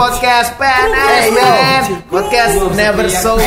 podcast PNS man. Podcast never sober.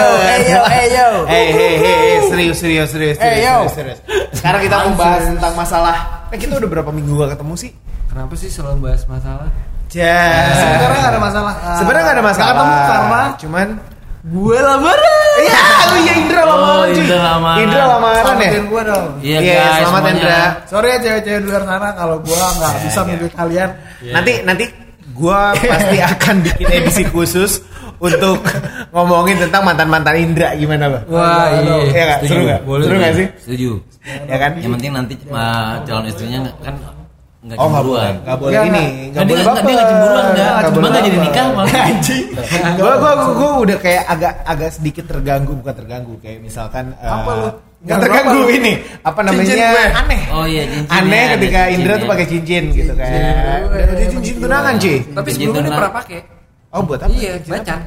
Serius. Sekarang kita mau bahas tentang masalah. Kita udah berapa minggu gak ketemu sih? Kenapa sih selalu bahas masalah? Sebenarnya gak ada masalah. Gak ketemu karena cuman gue lamaran. Iya, Indra lamaran. Indra lamaran ya. Gue dong. Iya guys, selamat Indra. Sorry ya cewek-cewek di luar sana kalau gue nggak bisa menurut kalian. Nanti gue pasti akan bikin edisi khusus untuk ngomongin tentang mantan Indra, gimana Bang? Wah, iya nggak? Seru nggak? Seru nggak sih? Setuju. Ya kan? Yang penting nanti calon istrinya kan nggak cemburuan. Nggak boleh ini. Nggak boleh baper. Dia nggak cemburuan cuma nggak jadi nikah malah. Anjing. Gue udah kayak agak sedikit bukan terganggu kayak misalkan. Apa lu? Nggak terganggu ini. Apa namanya? Aneh. Oh iya cincin. Aneh ketika Indra tuh pakai cincin gitu kayak. Jadi cincin tunangan cuy. Tapi sebelumnya dia pernah pakai. Oh buat apa? Iya, bacan.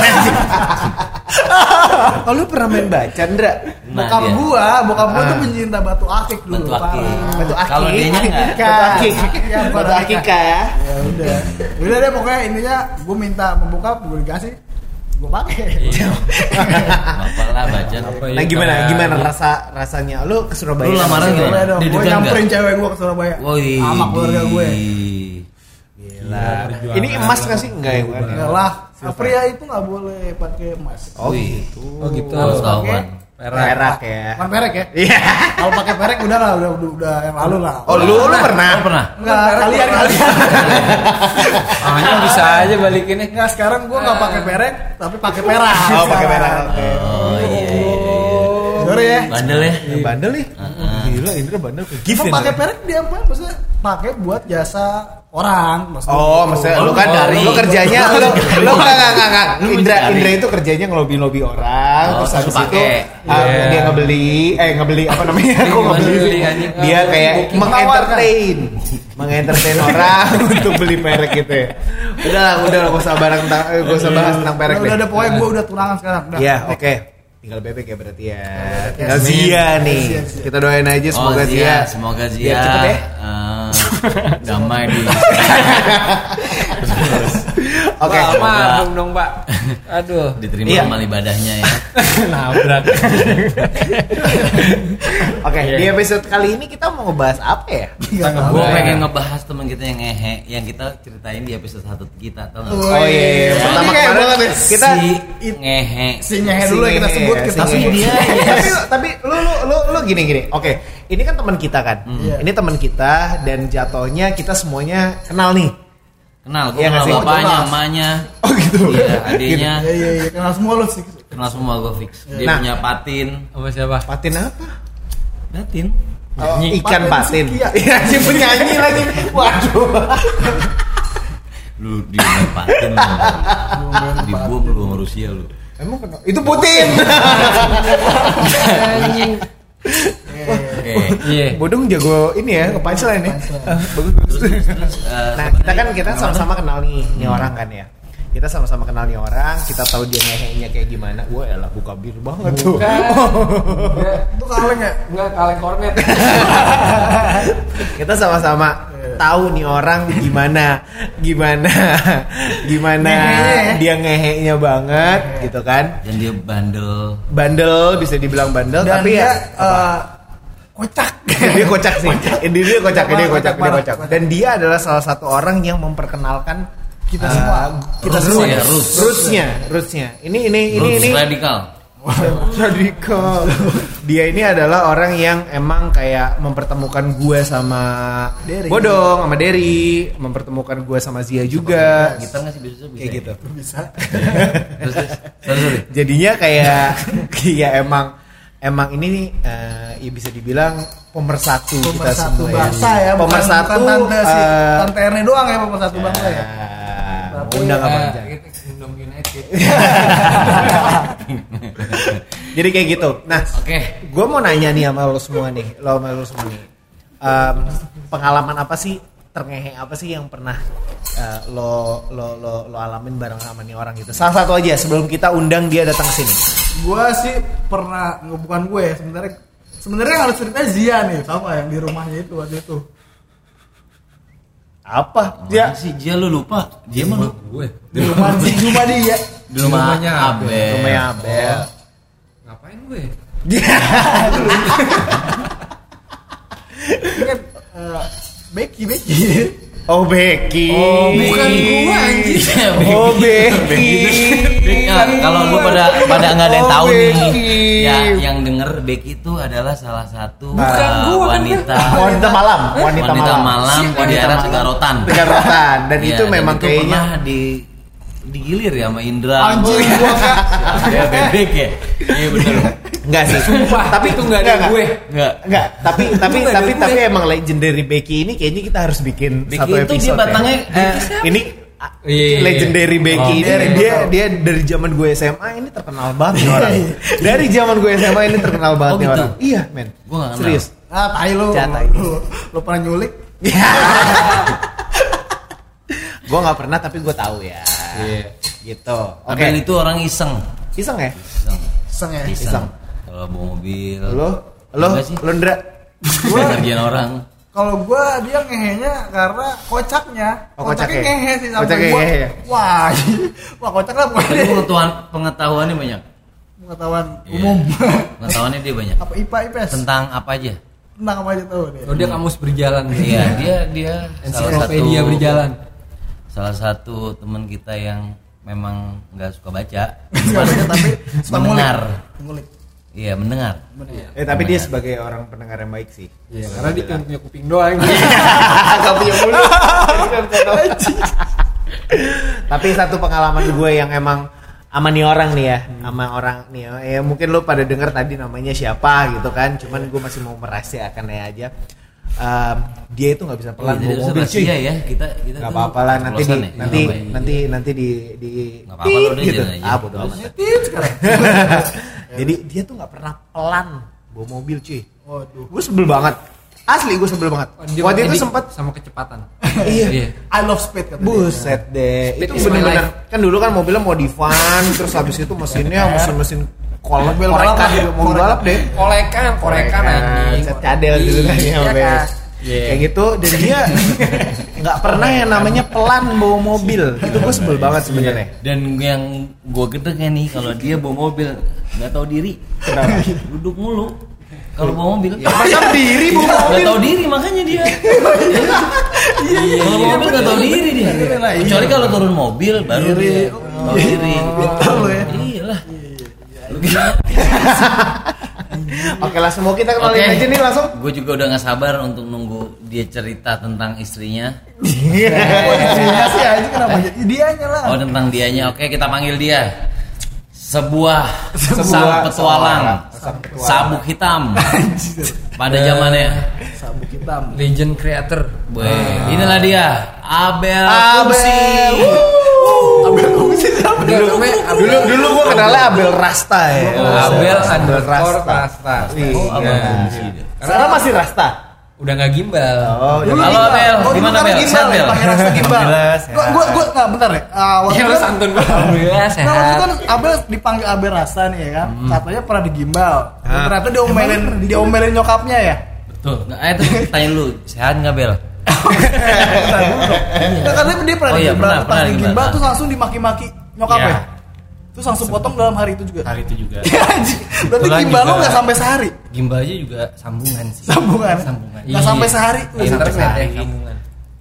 Oh lu pernah main bacan, Indra? Bokap gua tuh pencinta batu akik dulu. Batu akik. Kalau dia enggak. Batu akika ya. Ya udah deh pokoknya intinya gua minta membokap, gua dikasih, gua pakai. Apalah bacan. Nah gimana rasanya? Lu ke Surabaya? Lu lamaran gimana? Gua nyamperin cewek gua ke Surabaya. Sama keluarga gue. Gila. Ini emas nggak sih? Enggak ya bukan? Enggak lah. Pria itu nggak boleh pakai emas. Oh gitu. Harus tahuan. Perak ya. Bukan perek ya? Iya. Kalau pakai perek udah yang lalu lah. Oh lu pernah? Enggak, kalian. Hanya bisa aja balikinnya. Enggak, sekarang gua enggak pakai perek, tapi pakai perak. Oh pakai perak. Oke. Oh iya. Sorry ya. Bandel ya. Bandel nih. Gila Indra bandel. Emang pakai perek dia apa? Maksudnya pakai buat jasa orang. Maksudnya lu kan lu kerjanya lu enggak. Indra itu kerjanya ngelobi orang, terus habis itu dia ngebeli apa namanya? Aku ngebeli. Dia kayak mengentertain orang untuk beli perek gitu ya. Udah gak usah bahas tentang perek deh. Udah pokoknya gua udah tunangan sekarang. Iya, oke. Tinggal bebek ya berarti ya. Tinggal Zia nih. Kita doain aja semoga Zia. Semoga Zia. Cepet ya. Damai di. Oke. Maaf dong Pak. Aduh. Diterima amal ibadahnya ya. Nabrak. Oke, di episode kali ini kita mau ngebahas apa ya? Gue pengen ngebahas teman kita yang ngehe, yang kita ceritain di episode 1 kita, tau nggak? Oh iya. Pertama kemarin kita si ngehe dulu yang kita sebut. Tapi dia. Tapi lu gini. Oke, ini kan teman kita kan. Ini teman kita dan jatuhnya kita semuanya kenal nih. Kenal, gue kenal bapaknya, emaknya. Oh gitu. Iya, adiknya. Iya, kenal semua lu sih. Kenal semua gue fix. Dia punya patin. Apa siapa? Patin apa? Patin. Ikan patin. Iya, si penyanyi lagi. Waduh. Lu di patin. Dibom lu sama Rusia lu. Emang kenal? Itu Putin. Iya. Bodong jago ini ya, nge-punchline nih. Bagus. Nah, kita sama-sama kenal nih orang kan ya. Kita sama-sama kenal nih orang, kita tahu dia ngehenya kayak gimana. Wah, elah buka bir banget tuh. Itu kaleng ya? Enggak, kaleng kornet. Kita sama-sama tahu nih orang gimana dia ngehenya banget gitu kan. Dan dia bandel bisa dibilang bandel. Dan tapi dia, ya kocak. Dia kocak sih. Dia kocak. Dan dia adalah salah satu orang yang memperkenalkan kita semua. Rootsnya. Ini radikal. Dia ini adalah orang yang emang kayak mempertemukan gue sama Bodong, sama Derry, mempertemukan gue sama Zia juga. Gitar nggak sih bisa kayak gitu. Bisa. Jadinya kayak ya emang ini ya bisa dibilang pemersatu kita semua bangsa ya. Pemersatu tante Erne doang ya pemersatu bangsa ya. Undang Abang Jang. Jadi kayak gitu. Nah, gue mau nanya nih sama lo semua nih, pengalaman apa sih, terngehe apa sih yang pernah lo alamin bareng sama nih orang gitu? Salah satu aja sebelum kita undang dia datang ke sini. Gue sih pernah, bukan gue ya, sebenarnya harus cerita Zia nih, sama yang di rumahnya itu waktu itu. Apa? Dia si dia lu lupa. Dia mah gue. Di rumah dia. Di rumahnya Abel. Rumahnya Abel. Ngapain gue? Ini kan Becky. Oh Becky. Bukan gua anjing. Oh Becky. Kalau lu pada nggak ada yang tahu nih, ya yang denger Becky itu adalah salah satu wanita malam di daerah Tegarotan. Dan itu memang kayaknya digilir ya sama Indra. Anjing gua Kak. Ya bebek ya. Iya benar. Enggak sih. Sumpah, tapi itu enggak ada gue. Enggak. Tapi emang legendary Becky ini kayaknya kita harus bikin Becky satu itu episode. Dia batangnya ini legendary Becky ini dia dari zaman gue SMA ini terkenal banget nih orang. Dari zaman gue SMA ini terkenal banget nih orang. Iya, men. Gue enggak kenal. Serius. Tai lu. Lu pernah nyulik? Gue nggak pernah tapi gue tahu ya. Gitu. Oke. Itu orang iseng. Iseng ya? Iseng. Kalau bawa mobil. Lo Ndra. Gue kerjaan orang. Kalau gue dia ngehenya karena kocaknya. Kocaknya ngehe sih sampai gue. Wah kocak lah pokoknya. Pengetahuannya banyak. Pengetahuan umum. Pengetahuannya dia banyak. Apa IPA IPS? Tentang apa aja? Tentang apa aja tahu dia. Oh dia kamus berjalan. Iya dia ensiklopedia berjalan. Salah satu teman kita yang memang nggak suka baca, tapi mendengar. Ngulik. Iya mendengar. Tapi dia sebagai orang pendengar yang baik sih. Iya karena dia cuma punya kuping doang. Gak punya mulut. Tapi satu pengalaman gue yang emang sama nih orang nih ya, sama orang nih ya mungkin lo pada denger tadi namanya siapa gitu kan, cuman gue masih mau merahasiakannya aja. Dia itu nggak bisa pelan bawa mobil cuy. Ya kita nggak apa-apa lah nanti di nggak apa-apa lo gitu. Bodo amat. Jadi dia tuh nggak pernah pelan bawa mobil cuy. Waduh. Gue sebel banget. Asli gue sebel banget. Waktu itu sempat sama kecepatan. Iya. I love speed katanya. Buset deh. Itu benar-benar kan dulu kan mobilnya modifan terus habis itu mesin korekan mobil balap deh. Korekan anjing. Cadel gitu kan ya. Kayak gitu dan dia nggak pernah yang namanya pelan bawa mobil. Itu gue sebel banget sebenarnya. Dan yang gue gedeknya nih kalau dia bawa mobil nggak tahu diri. Kenapa? Duduk mulu. Kalau bawa mobil, masa diri bawa mobil? Nggak tahu diri makanya dia. Kalau bawa mobil nggak tahu diri dia. Kecuali kalau turun mobil baru dia tahu diri. Iyalah. Oke langsung mau kita kenalin aja nih langsung. Gue juga udah nggak sabar untuk nunggu dia cerita tentang istrinya. Istrinya sih aja kenapa jadi dianya lah. Oh tentang dianya. Oke kita panggil dia. Sebuah petualang sabuk hitam pada zamannya. Sabuk hitam. Legend creator. Inilah dia Abel Kumsi. Abel Kumsi Dulu gue kenalnya Abel Rasta ya. Abel Rasta. Abel Kumsi. Sekarang masih Rasta. Udah nggak gimbal. Halo Abel, gimana Abel? Gimbal ya, pakai Rasta gimbal. Gue nggak bentar ya. Ya lo santun gue. Alhamdulillah sehat. Nah, waktu kan Abel dipanggil Abel Rasta nih ya kan. Katanya pernah digimbal. Ternyata diomelin nyokapnya ya. Betul. Itu tanya lu, sehat nggak Bel? Katanya dia pernah digimbal. Pas digimbal tuh langsung dimaki-maki nyokapnya. Terus langsung potong dalam hari itu juga. Berarti gimbal lo nggak sampai sehari. Gimbal aja juga sambungan sih. Sambungan. Nggak sampai sehari. Internet ya sambungan.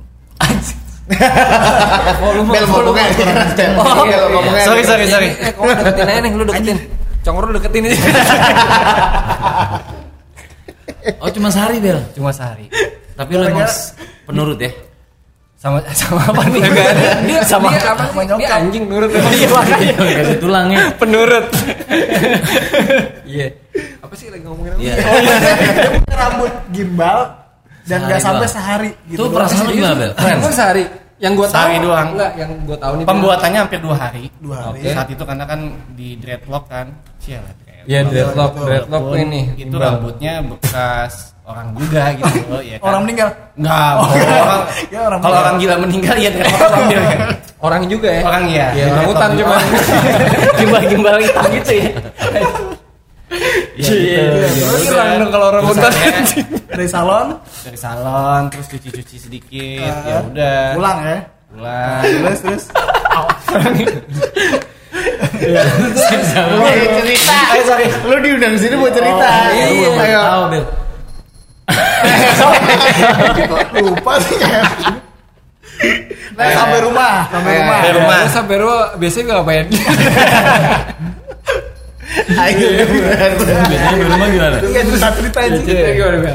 Bel ngomongnya. Sorry. Kamu deketin aja nih, lu deketin. Congor lu deketin aja. Oh cuma sehari Bel? Cuma sehari. Tapi lu emang penurut ya? Sama apa nih? Dia sama apa? Dia anjing nurut. Makanya kasih tulangnya. Penurut. Iya. Apa sih lagi ngomongin apa? Iya. Dia punya rambut gimbal dan nggak sampai sehari. Itu perasaan lu gimana Bel? Keren. Sehari. Yang gue tahu sehari doang. Enggak, yang gue tahu nih pembuatannya hampir 2 hari. 2 hari. Saat itu karena kan di dreadlock kan. Sialah. Iya dreadlock ini. Itu rambutnya bekas orang juga gitu ya kan. Orang meninggal. Enggak, Orang kalau orang gila meninggal ya dreadlock ambil. Orang juga ya. Orang iya. Ya, orang hutan cuma gimbal-gimbal hitam gitu ya. Iya. Hilang dong kalau orang nonton. Dari salon terus cuci sedikit, ya udah. pulang ya. Terus. Cerita. Ayo sorry. Lu diundang sini buat cerita. Ayo. Tahu, Bel. Lupa sih kayak. Sampai rumah. Sampai rumah biasanya gue ngapain? Ayo. Biasanya di rumah gimana? Cerita Gimana, Bel?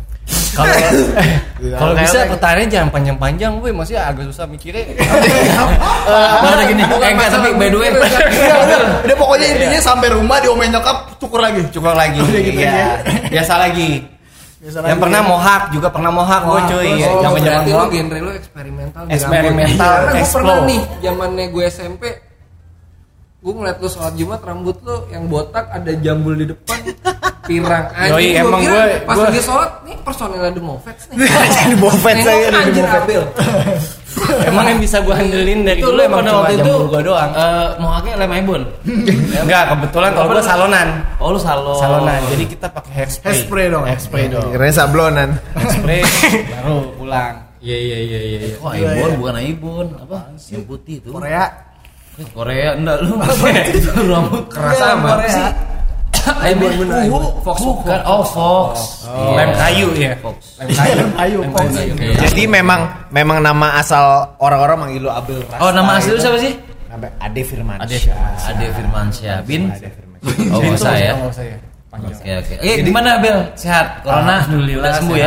Kalau bisa pertanyaannya jangan panjang-panjang, weh, maksudnya agak susah mikirnya. Udah gini, enggak tapi by the way. Udah pokoknya intinya sampai rumah diomelin nyokap cukur lagi. Iya. Biasa lagi. Yang pernah mohak juga pernah mohak gue cuy. Zaman-zaman lo genre lo eksperimental. Eksperimental. Gue pernah nih zamannya gue SMP. Gue ngeliat lu sholat Jumat rambut lu yang botak ada jambul di depan pirang anjing. Yoi, emang gue pas lagi sholat nih personel ada Movets nih. Jadi Movets saya ada anjir Movets. Abel. Emang yang bisa gue handelin dari Itu dulu lu emang pada cuma waktu itu jambul gue doang. Mau pakai lem ibon. Enggak, kebetulan kalau gue salonan. Oh lu salon. Salonan. Jadi kita pakai hairspray dong. Kira sablonan. Hairspray baru pulang. Iya. Oh ibon bukan ibon apa? Yang putih itu. Korea Enggak lu. Rambut Kerasa apa sih? Ibon bener. Fox Bukan. Oh Fox. Lem kayu ya. Fox. Ayo. Jadi memang nama asal orang-orang manggil lu Abel Rasta. Oh nama asli lu siapa sih? Nama Ade Firmansyah. Ade Firmansyah bin. Ade Firmansyah. Oh nggak usah ya. Oke. Gimana Bel? Sehat? Corona? Alhamdulillah Udah sembuh ya?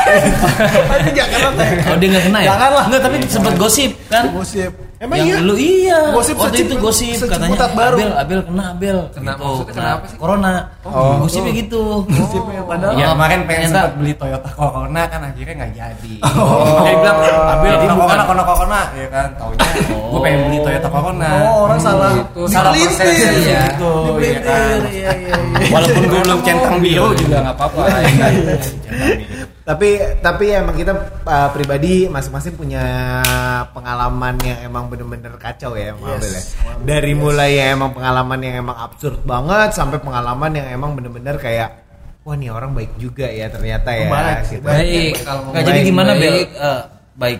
Oh dia nggak kena ya? Janganlah. Nggak tapi sempat gosip kan? Gosip. Emang Yang iya? lu iya. Gosip waktu itu gosip katanya Ciputat baru. Abel kena Kena, gitu. maksudnya kenapa sih? Corona. Gosipnya gitu. Gosipnya padahal. Ya kemarin pengen ternyata- sempat beli Toyota Corona kan akhirnya nggak jadi. Oh. Dia bilang Abel Jadi bukan- Corona ya kan taunya gue pengen beli Toyota Corona. Oh, orang salah. Itu Salah Dipelintir. persepsi Iya. gitu ya kan. Iya. Walaupun gue belum centang biru juga nggak apa-apa. Ya kan? Centang biru. Tapi emang kita pribadi masing-masing punya pengalaman yang emang bener-bener kacau ya, Abel ya. Dari mulai ya emang pengalaman yang emang absurd banget sampai pengalaman yang emang bener-bener kayak wah nih orang baik juga ya ternyata ya. Baik. Gitu. Baik. Kalau Nggak jadi gimana Bel? baik. Baik.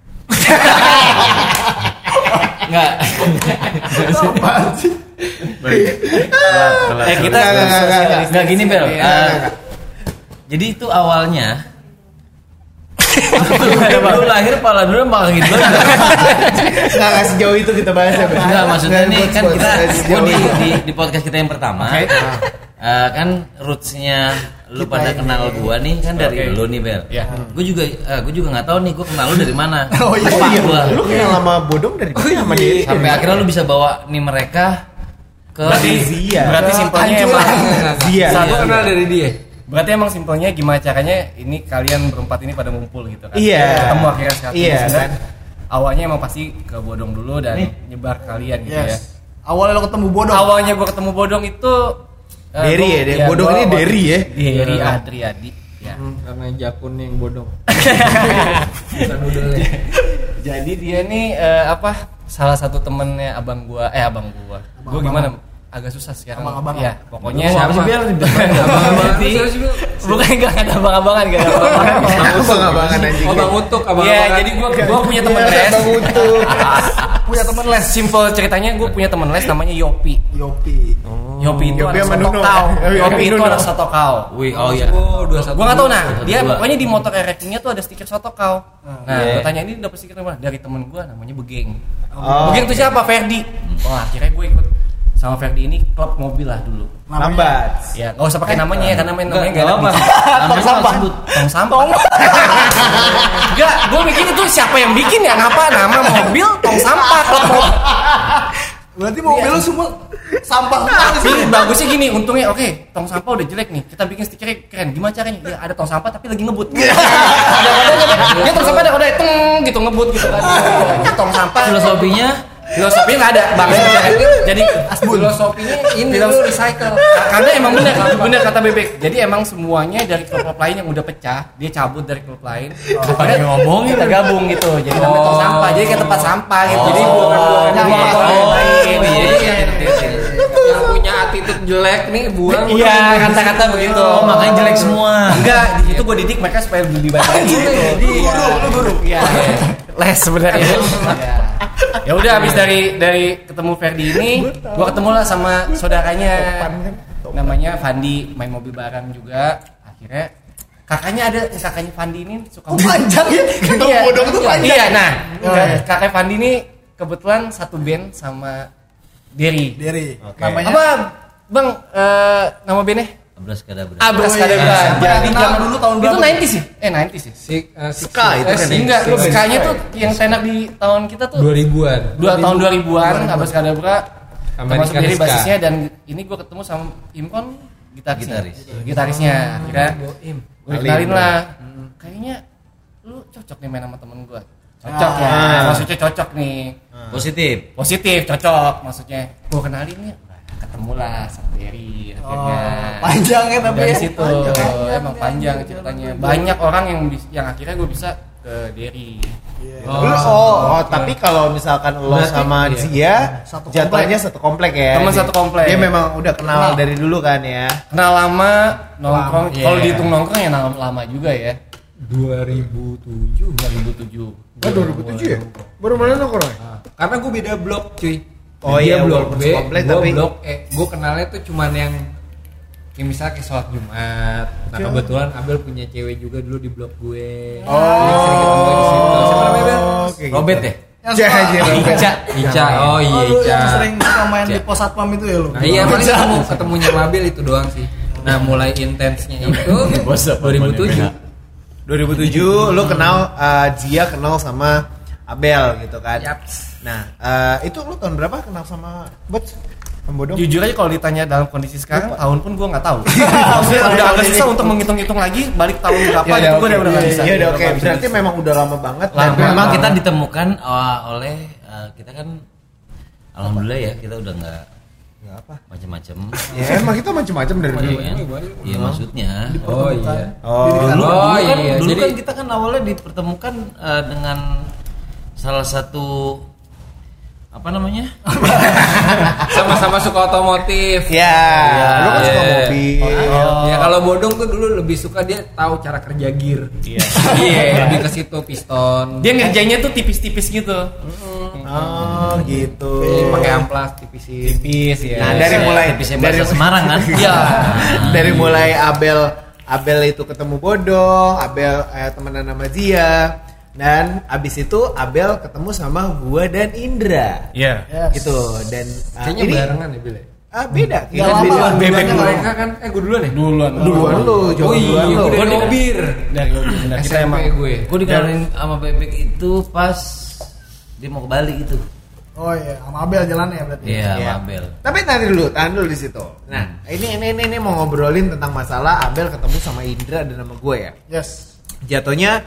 Nggak. Kita Nggak gini Bel. Jadi itu awalnya lu lahir pala dulu malah gitu. Nggak sejauh itu kita bahas ya. Bel. Enggak maksudnya nih kan kita Sejauh di, itu. di podcast kita yang pertama kan rootsnya lu pada kenal gua nih kan dari lu nih Bel. Iya. Gue juga nggak tahu nih gua kenal lu dari mana. Oh iya. Lupa gua. Lu kenal sama Bodong dari mana sama dia? Sampai akhirnya lu bisa bawa nih mereka ke Berarti simpelnya emang Zia. Satu kenal dari dia. Berarti emang simpelnya gimana caranya ini kalian berempat ini pada ngumpul gitu kan? Iya. Ketemu akhirnya sekarang. Iya, Sebenarnya kan? Awalnya emang pasti ke Bodong dulu dan nyebar kalian gitu ya. Yes. Awalnya lo ketemu Bodong. Awalnya gua ketemu Bodong itu Derry ya, gua- Bodong gua ini waktu- Derry ya. Derry Adriadi. Ya. Karena jakun yang bodong. Bukan noodle-nya. Jadi dia nih salah satu temennya abang gua. Gua gimana? Agak susah sekarang. Abang-abangan. Ya, pokoknya Siapa sih Bel? Abang-abangan. Bukan enggak ada abang-abangan, enggak ada abang-abangan. Abang-abangan anjing. Oh Bang Utuk, Iya, abang-abangan. jadi gua punya teman les. Punya temen les. Simple ceritanya gue punya teman les namanya Yopi. Yopi. Yopi itu Yopi anak sama soto Nuno. kau. Oh, iya, Yopi itu Nuno. anak soto kau. Wih, oh iya. Oh, 21. Gue nggak tahu nah. Dia Dua. pokoknya di motor rackingnya tuh ada stiker soto kau. Nah, gue tanya ini dapat stiker mana? Dari temen gue namanya Begeng. Oh. Begeng itu siapa? Ferdi. Wah, akhirnya gue ikut sama Ferdi ini klub mobil lah dulu. Lambat. Ya, nggak usah pakai namanya ya, karena namanya nggak apa. enak. Tong sampah. Tong sampah. Enggak, gue mikir itu siapa yang bikin ya? Ngapa nama mobil tong sampah klub mobil? Berarti mobil lu semua sampah semua. Tapi bagusnya gini, untungnya oke, tong sampah udah jelek nih. Kita bikin stikernya keren. Gimana caranya? Ya, ada tong sampah tapi lagi ngebut. Dia tong sampah ada kodenya teng gitu ngebut gitu kan. Ini tong sampah. Filosofinya Filosofinya nggak ada. Bang jadi Filosofinya ini lu recycle. karena emang benar kata Bebek. Jadi emang semuanya dari klub lain yang udah pecah, dia cabut dari klub lain. Akhirnya ngomong kita gabung gitu. Jadi namanya tong sampah. Jadi kayak tempat sampah gitu. Jadi bukan Oh, lain. iya. Yang punya attitude jelek nih buang. Iya, kata-kata begitu. Oh, makanya jelek semua. Enggak, di situ gue didik mereka supaya lebih baik lagi gitu. Lu guru. Iya. Les sebenarnya. Ya udah habis dari ketemu Ferdi ini, gue ketemu lah sama saudaranya. Namanya Fandi, main mobil bareng juga. Akhirnya kakaknya Fandi ini suka panjang ya. Ketemu bodong tuh panjang. Iya, nah, kakak Fandi ini kebetulan satu band sama Derry. Okay. Namanya Apa, Bang? Nama bandnya? Abraskadabra. Jadi zaman dulu tahun itu berapa? 90s sih? 90s sih. Ska itu kan. Enggak, Ska-nya tuh yang tenar di tahun kita tuh 2000-an. tahun 2000-an Abraskadabra. Termasuk American dari Ska. basisnya dan ini gue ketemu sama Imkon gitarisnya. Akhirnya gue kenalin lah. Kayaknya lu cocok nih main sama temen gue. Cocok ya, maksudnya cocok nih. Positif, cocok maksudnya. Gue kenalin nih, ketemu lah sama Derry akhirnya. Panjang ya tapi Dari ya. situ emang panjang ceritanya. Banyak orang yang akhirnya gue bisa ke Derry. Tapi kalau misalkan lo sama dia jatuhnya satu komplek ya. Teman satu komplek. Dia memang udah kenal dari dulu kan ya. Kenal lama, nongkrong. Kalau dihitung nongkrong ya lama juga ya. 2007. 2007 ya? Baru mana nongkrong? Karena gue beda blok cuy. Oh Dia iya, blok walaupun B, sekomplek, gue tapi- blok E. Gue kenalnya tuh cuman yang misalnya kayak sholat Jumat. Nah kebetulan Abel punya cewek juga dulu di blok gue. Jadi sering ketemu di situ. Siapa namanya Bel? Robert ya? Ica. Oh iya Lu Ica. yang sering suka main di pos satpam itu ya lu. Nah iya paling ketemunya Abel itu doang sih. Nah mulai intensnya itu 2007. 2007 lo kenal Zia kenal sama Abel gitu kan. Yaps. Nah, itu lo tahun berapa kenal sama Pembodong? Jujur aja kalau ditanya dalam kondisi sekarang, tahun pun gue nggak tahu. Udah agak susah untuk menghitung-hitung lagi balik tahun berapa itu gue udah nggak bisa. Iya udah oke. Berarti memang udah lama banget. Memang kita ditemukan oleh kita kan alhamdulillah ya kita udah nggak apa? macam-macam. Ya emang kita macam-macam dari dulu. Iya maksudnya. Oh iya. Dulu Jadi kan kita kan awalnya dipertemukan dengan salah satu apa namanya? sama-sama suka otomotif. Ya, lo kan suka mobil. Ya kalau bodong tuh dulu lebih suka dia tahu cara kerja gear. Iya. Lebih ke situ piston. Dia ngerjainnya tuh tipis-tipis gitu. Oh gitu. Pakai amplas tipis ya. Nah dari mulai dari Semarang kan? Iya. Dari mulai Abel itu ketemu Bodong, Abel temenan sama Zia. Dan abis itu Abel ketemu sama gua dan Indra. Iya. Gitu dan Kayaknya ini barengan ya Bil. beda. Gak lama lah. Bebek Mereka kan gue duluan ya? Duluan lu, jauh duluan lu. Gue dari Obir. dari benar kita SMP emang gue. Gue dikenalin sama Bebek itu pas dia mau ke Bali itu. Oh iya, sama Abel jalannya ya berarti. Iya, Iya. sama Abel. Tapi tahan dulu di situ. Nah, ini mau ngobrolin tentang masalah Abel ketemu sama Indra dan sama gue ya. Yes. Jatuhnya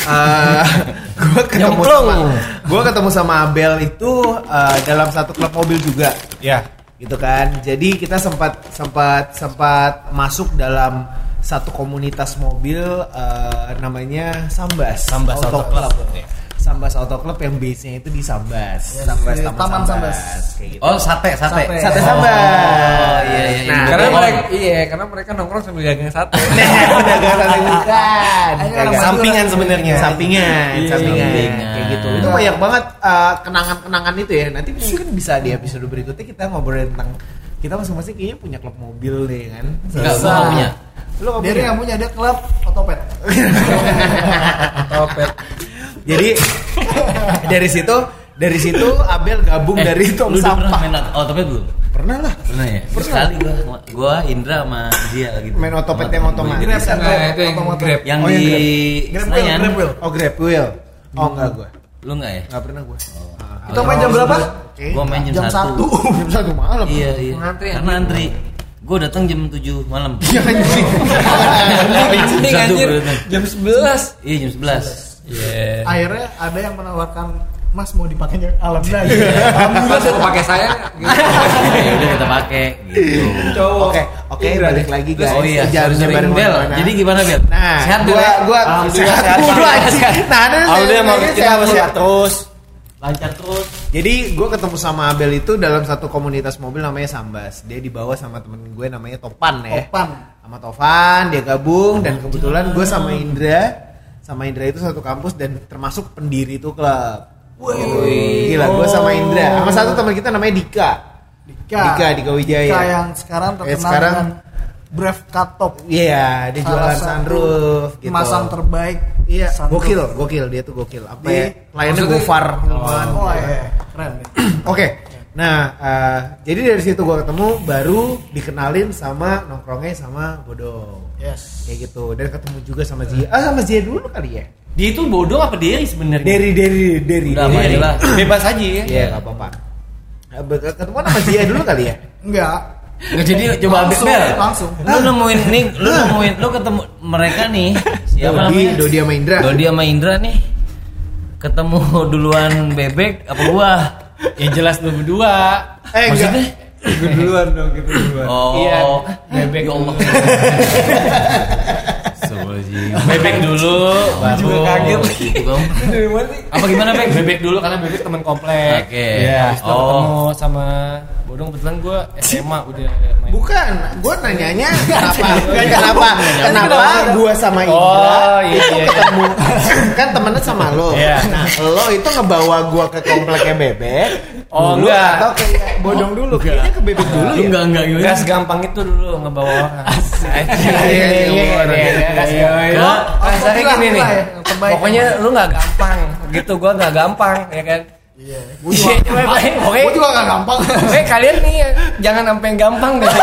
gue ketemu sama Abel itu dalam satu klub mobil juga. ya Gitu kan. Jadi kita sempat masuk dalam satu komunitas mobil namanya Sambas Auto Club. Sambas Auto Club yang base-nya itu di Sambas. Taman Sambas. Kayak gitu. Oh, sate. Sate Sambas. Oh, iya. Nah, Karena mereka nongkrong sambil dagang sate. dagang sate bukan. sampingan sebenarnya. Sampingan. Sampingan. Kayak gitu. Itu banyak banget kenangan-kenangan itu ya. Nanti mungkin bisa di episode berikutnya kita ngobrolin tentang kita masing-masing kayaknya punya klub mobil deh kan. Enggak, gua nggak punya. Lu nggak Dia punya? nggak punya, dia klub otopet. Otopet. Jadi dari situ Abel gabung dari tong Lu udah pernah sampah. main otopet belum? Pernah lah. Pernah ya? Sekali gua Indra sama dia gitu. Main otopet yang otomatis. Nah, itu yang Grab. Yang Oh, di yang Senayan. Oh, Grab wheel. Oh enggak gue. Lu enggak ya? Enggak pernah gue. Kita main jam berapa? Gua main jam 1. Jam 1 malam. Iya. Ngantri, Karena antri. Gue datang jam 7 malam. Anjing anjir. Jam 11. Iya, jam 11. Iya. Akhirnya ada yang menawarkan, Mas mau dipakai alhamdulillah. Mas mau pakai saya? Ya udah kita pakai gitu. Oke, balik lagi guys. Oh iya, Jangan sorry, nyebarin Bel. kemana-mana. Jadi gimana Bel? Nah, Sehat Bel? gua Alhamdulillah sehat sehat. dulu anjing. Nah, ada Alhamdulillah mau nanya kita sehat sehat dulu. terus. lancar terus. Jadi gue ketemu sama Abel itu dalam satu komunitas mobil namanya Sambas. Dia dibawa sama temen gue namanya Topan ya. Sama Topan dia gabung dan kebetulan gue sama Indra itu satu kampus dan termasuk pendiri itu klub. Gila, gue sama Indra. Sama satu teman kita namanya Dika Wijaya. Dika yang sekarang terkenal dengan Brave Cut Top. Iya, dia jualan sunroof gitu. Masang terbaik. Iya, gokil dia tuh gokil. Apa ya? Kliennya Gofar. Oh iya, keren. Oke. Nah, jadi dari situ gue ketemu baru dikenalin sama nongkrongnya sama Bodong. Yes. Kayak gitu. Dan ketemu juga sama Zia. Sama Zia dulu kali ya. Dia itu bodong apa Derry sebenarnya? Derry. Udah main lah. Bebas aja ya. Iya, enggak apa-apa. Ketemu sama Zia dulu kali ya? Enggak. Nggak, jadi coba langsung. Lu ketemu mereka nih. Siapa namanya? Dodi sama Indra nih. Ketemu duluan Bebek apa gua? Ya jelas lu berdua. Maksudnya? Gue duluan dong, kita duluan. Oh, iya. Bebek ya Allah. Bebek dulu, baru juga kaget. Gitu dong. Apa gimana Bebek dulu karena Bebek teman komplek. Oke. Iya. Ketemu sama Bodong kebetulan gue SMA udah main. Bukan, gue nanyanya kenapa gue sama Indra ketemu kan temennya sama lo. Nah, lo itu ngebawa gue ke kompleknya Bebek. Oh enggak. Atau kayak Bodong dulu? Kayaknya ke Bebek dulu ya. Enggak segampang itu dulu ngebawa orang. Rasanya gini nih. Pokoknya lu nggak gampang gitu, gue nggak gampang ya kan. Iya. Gue juga gak gampang. Kalian nih jangan sampai gampang deh.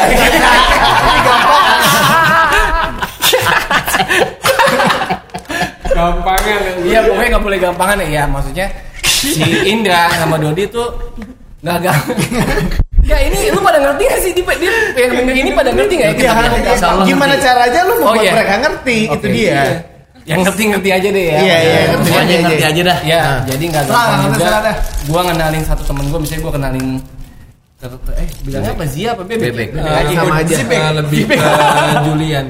Gampangnya. Iya pokoknya nggak boleh gampangan ya. Maksudnya si Indra sama Dodi tuh nggak gampang. Ya ini lu pada ngerti gak sih? Dia pengen denger ini pada ngerti gak ya? Gimana caranya lu membuat mereka ngerti? Itu dia. Yang ngerti aja deh ya. Iya, ngerti aja dah. Ya, jadi nggak gampang juga. Gua ngenalin satu temen gua, misalnya gua kenalin bilangnya apa Zia apa Bebek? Sama aja. Lebih ke Julian.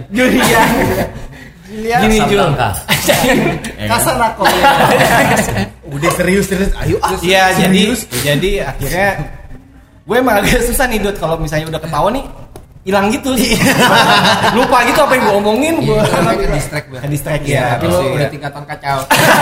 Gini Jul. Kasar aku. Udah serius. Ayo. Iya, jadi akhirnya gue emang agak susah nih Dut kalau misalnya udah ketawa nih hilang gitu sih. Lupa gitu apa yang gue omongin. Gue ke distract ya. Tapi lo udah tingkatan kacau.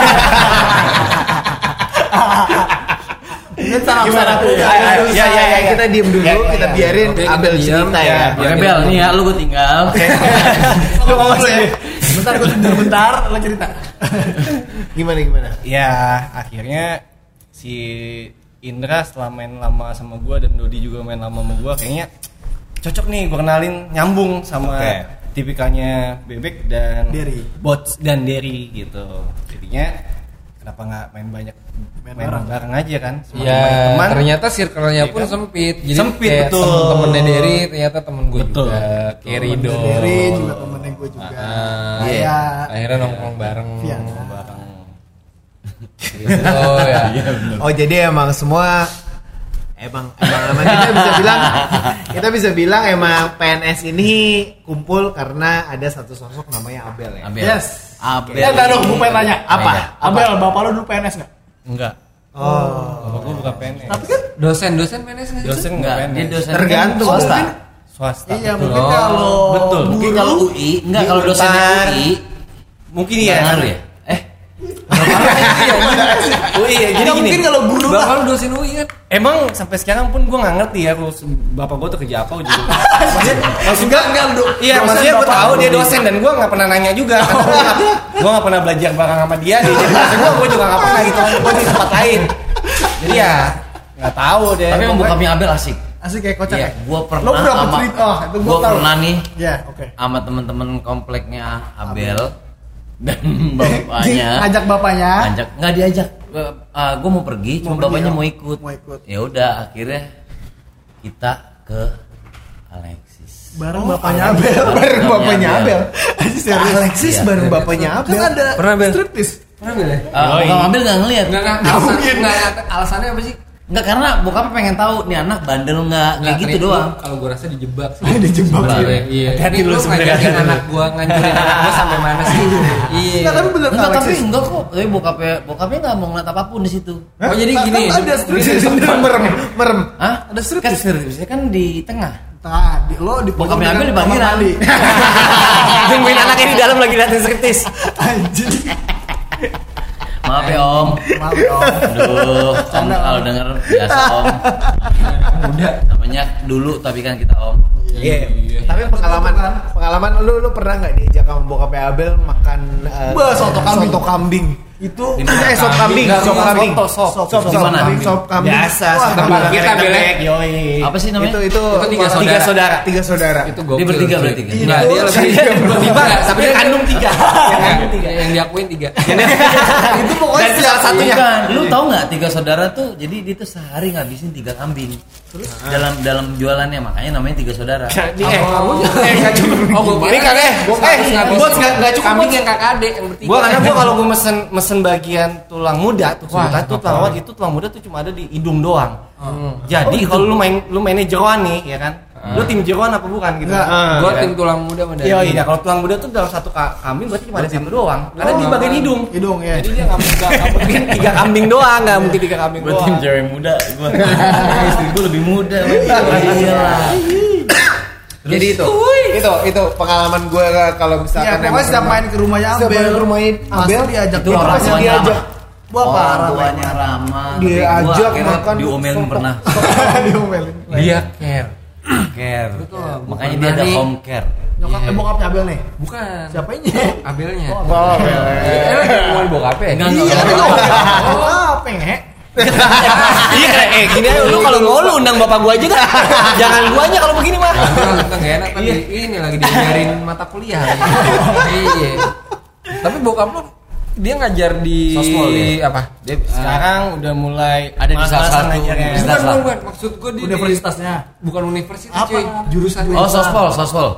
Gimana? Ya, kita diem dulu, kita biarin Abel cerita ya. Abel nih ya, lu gue tinggal. Lu ngomong ya. Bentar, lo cerita. Gimana? Ya, akhirnya si Indra setelah main lama sama gue dan Dodi juga main lama sama gue, kayaknya cocok nih gue kenalin, nyambung sama tipikalnya Bebek dan Derry. Bots dan Derry gitu. Jadinya kenapa nggak main bareng aja kan? Iya. Ternyata circle-nya pun sempit. Jadi sempit, kayak betul. Temen-temennya Derry ternyata temen gue juga. Kerido. Derry juga temennya gue juga. Iya. Akhirnya nongkrong bareng. Oh ya. Oh jadi emang semua emang kita bisa bilang emang PNS ini kumpul karena ada satu sosok namanya Abel ya. Yes. Abel. Ya enggak dong, gue pengen nanya. Apa? Abel, bapak lo dulu PNS enggak? Enggak. Oh. Bapak gue bukan PNS. Tapi kan Dosen PNS nggak sih? Dosen enggak PNS. Dia dosen Tergantung. Swasta. iya, mungkin kalau Betul. Mungkin kalau UI, enggak kalau dosen UI. Mungkin iya. Ngaruh ya? Iya, jadi gini. Mungkin kalau guru Bapak lu dosen UI kan? Emang sampai sekarang pun gue nggak ngerti ya kalau bapak gue tuh kerja apa juga. enggak Iya, maksudnya gue tahu dia dosen dan gue nggak pernah nanya juga. Gue nggak pernah belajar bareng sama dia. Dia jadi dosen gue juga nggak pernah gitu. Gue di tempat lain. Jadi ya nggak tahu deh. Tapi emang bokapnya Abel asik. Asik kayak kocak ya. Gue pernah Lo berapa cerita? Itu gue pernah nih ya, oke. sama temen-temen kompleknya Abel dan bapaknya. Ngajak bapaknya. Nggak diajak. Gue mau pergi, cuma bapaknya mau ikut. Ya udah, akhirnya kita ke Alexis. Bareng bapaknya Abel. Alexis bareng bapaknya Abel. Kan ada. Pernah, Bel? Striptis. Pernah Bel ya? Bokap Abel nggak ngeliat. Alasannya apa sih? Enggak, karena bokapnya pengen tahu nih anak bandel enggak, kayak gitu doang. Kalau gue rasa dijebak sih. Dijebak. Iya. Jadi lu ngajakin anak gue, ngancurin anak gue sampai mana sih? Iya. Enggak, tapi bener Enggak, tapi enggak kok. Tapi bokapnya enggak mau ngeliat apapun di situ. Oh jadi gini. Ada merem. Hah? Ada strip. Kan strip kan di tengah. Lo di Bokapnya ambil di panggilan. Tungguin anaknya di dalam lagi liatin striptis. Anjing. Maaf ya Om. Aduh, Om kalau denger biasa Om. Udah, namanya dulu tapi kan kita Om. Iya. Tapi pengalaman lu pernah nggak diajak sama bokapnya Abel makan soto kambing? Itu sop kambing. Sop kambing. Biasa. Kita belek. Apa sih namanya? Itu tiga saudara. Itu Dia bertiga berarti kan? Enggak, dia lebih Tapi dia kandung 3. Yang diakuin 3. Itu pokoknya salah satunya. Bukan. Lu tahu nggak 3 saudara tuh? Jadi dia tuh sehari ngabisin 3 kambing. Terus dalam jualannya, makanya namanya 3 saudara. Enggak cukup. Ini kagak. Bos enggak cukup. Kambing yang kakak adik yang bertiga. Karena gua kalau gua mesen bagian tulang muda tuh sebutan tuh tulang muda tuh cuma ada di hidung doang. Jadi kalau lu mainnya jeroan nih ya kan. Lu tim jeroan apa bukan gitu? Gua tim tulang muda sama Iya, kalau tulang muda tuh dalam satu kambing berarti cuma ada satu doang. Karena di bagian hidung. ya. Jadi dia enggak mungkin 3 kambing doang, enggak mungkin 3 kambing doang. Tim cewek muda gua. Istri gua lebih muda. Jadi itu pengalaman gue kalau misalkan pokoknya setiap main ke rumahnya Abel, Abel diajak Itu orang tuanya parah. Tuanya ramah. Diajak makan diomelin pernah. Diomelin. Dia care. Makanya dia ada home care. Bokapnya Abel nih. Bukan. Siapanya? Abelnya. Abel. Ngomongin bokapnya. Apa ya? Iya gini aja lu kalau mau lu undang bapak gua aja dah. Jangan guanya kalau begini mah. Enggak enak tadi. Ini lagi diajarin mata kuliah. Iya. Tapi bokap lu dia ngajar di Sospol, ya? apa? Dia sekarang udah mulai Ada di salah satu universitas lah. Bukan, maksud gua di Universitasnya. bukan universitas Apa? cuy, jurusan Oh, sospol.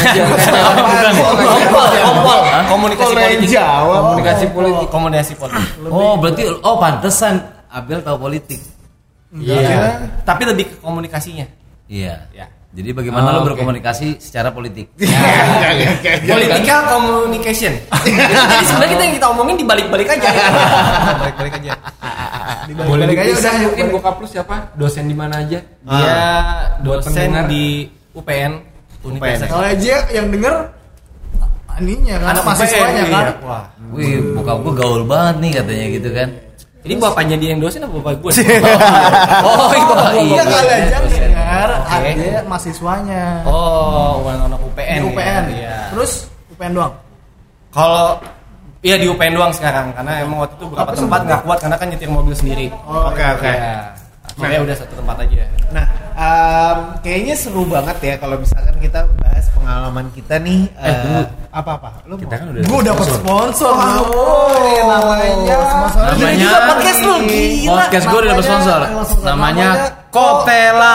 Ompol. Komunikasi politik. Oh, berarti pantesan Abel tahu politik. Iya. Tapi lebih ke komunikasinya. Iya. Jadi bagaimana lo berkomunikasi secara politik? Political communication. Jadi sebenarnya kita yang kita omongin dibalik-balik aja. Balik-balik aja. Boleh aja udah mungkin bokap lu siapa? Dosen di mana aja? Dia dosen pendengar. di UPN. Universitas. Kalau aja yang denger ininya kan Anak mahasiswanya UPN, kan. iya. Wah. Wih, bokap gue gaul banget nih katanya gitu kan. Ini bapaknya dia yang dosen apa bapak gue? Oh, Iya kali aja denger ada mahasiswanya. Oh, anak UPN. Di UPN. Iya. Terus UPN doang. Kalau iya di UPN doang sekarang karena emang waktu itu beberapa tempat nggak kuat karena kan nyetir mobil sendiri. Oke. Ya. Akhirnya udah satu tempat aja. Nah, kayaknya seru banget ya kalau misalkan kita bahas pengalaman kita nih. Apa-apa? Kita kan udah Gue dapet sponsor. namanya Namanya podcast lu gila. Podcast gue udah dapet sponsor. Namanya Kotela.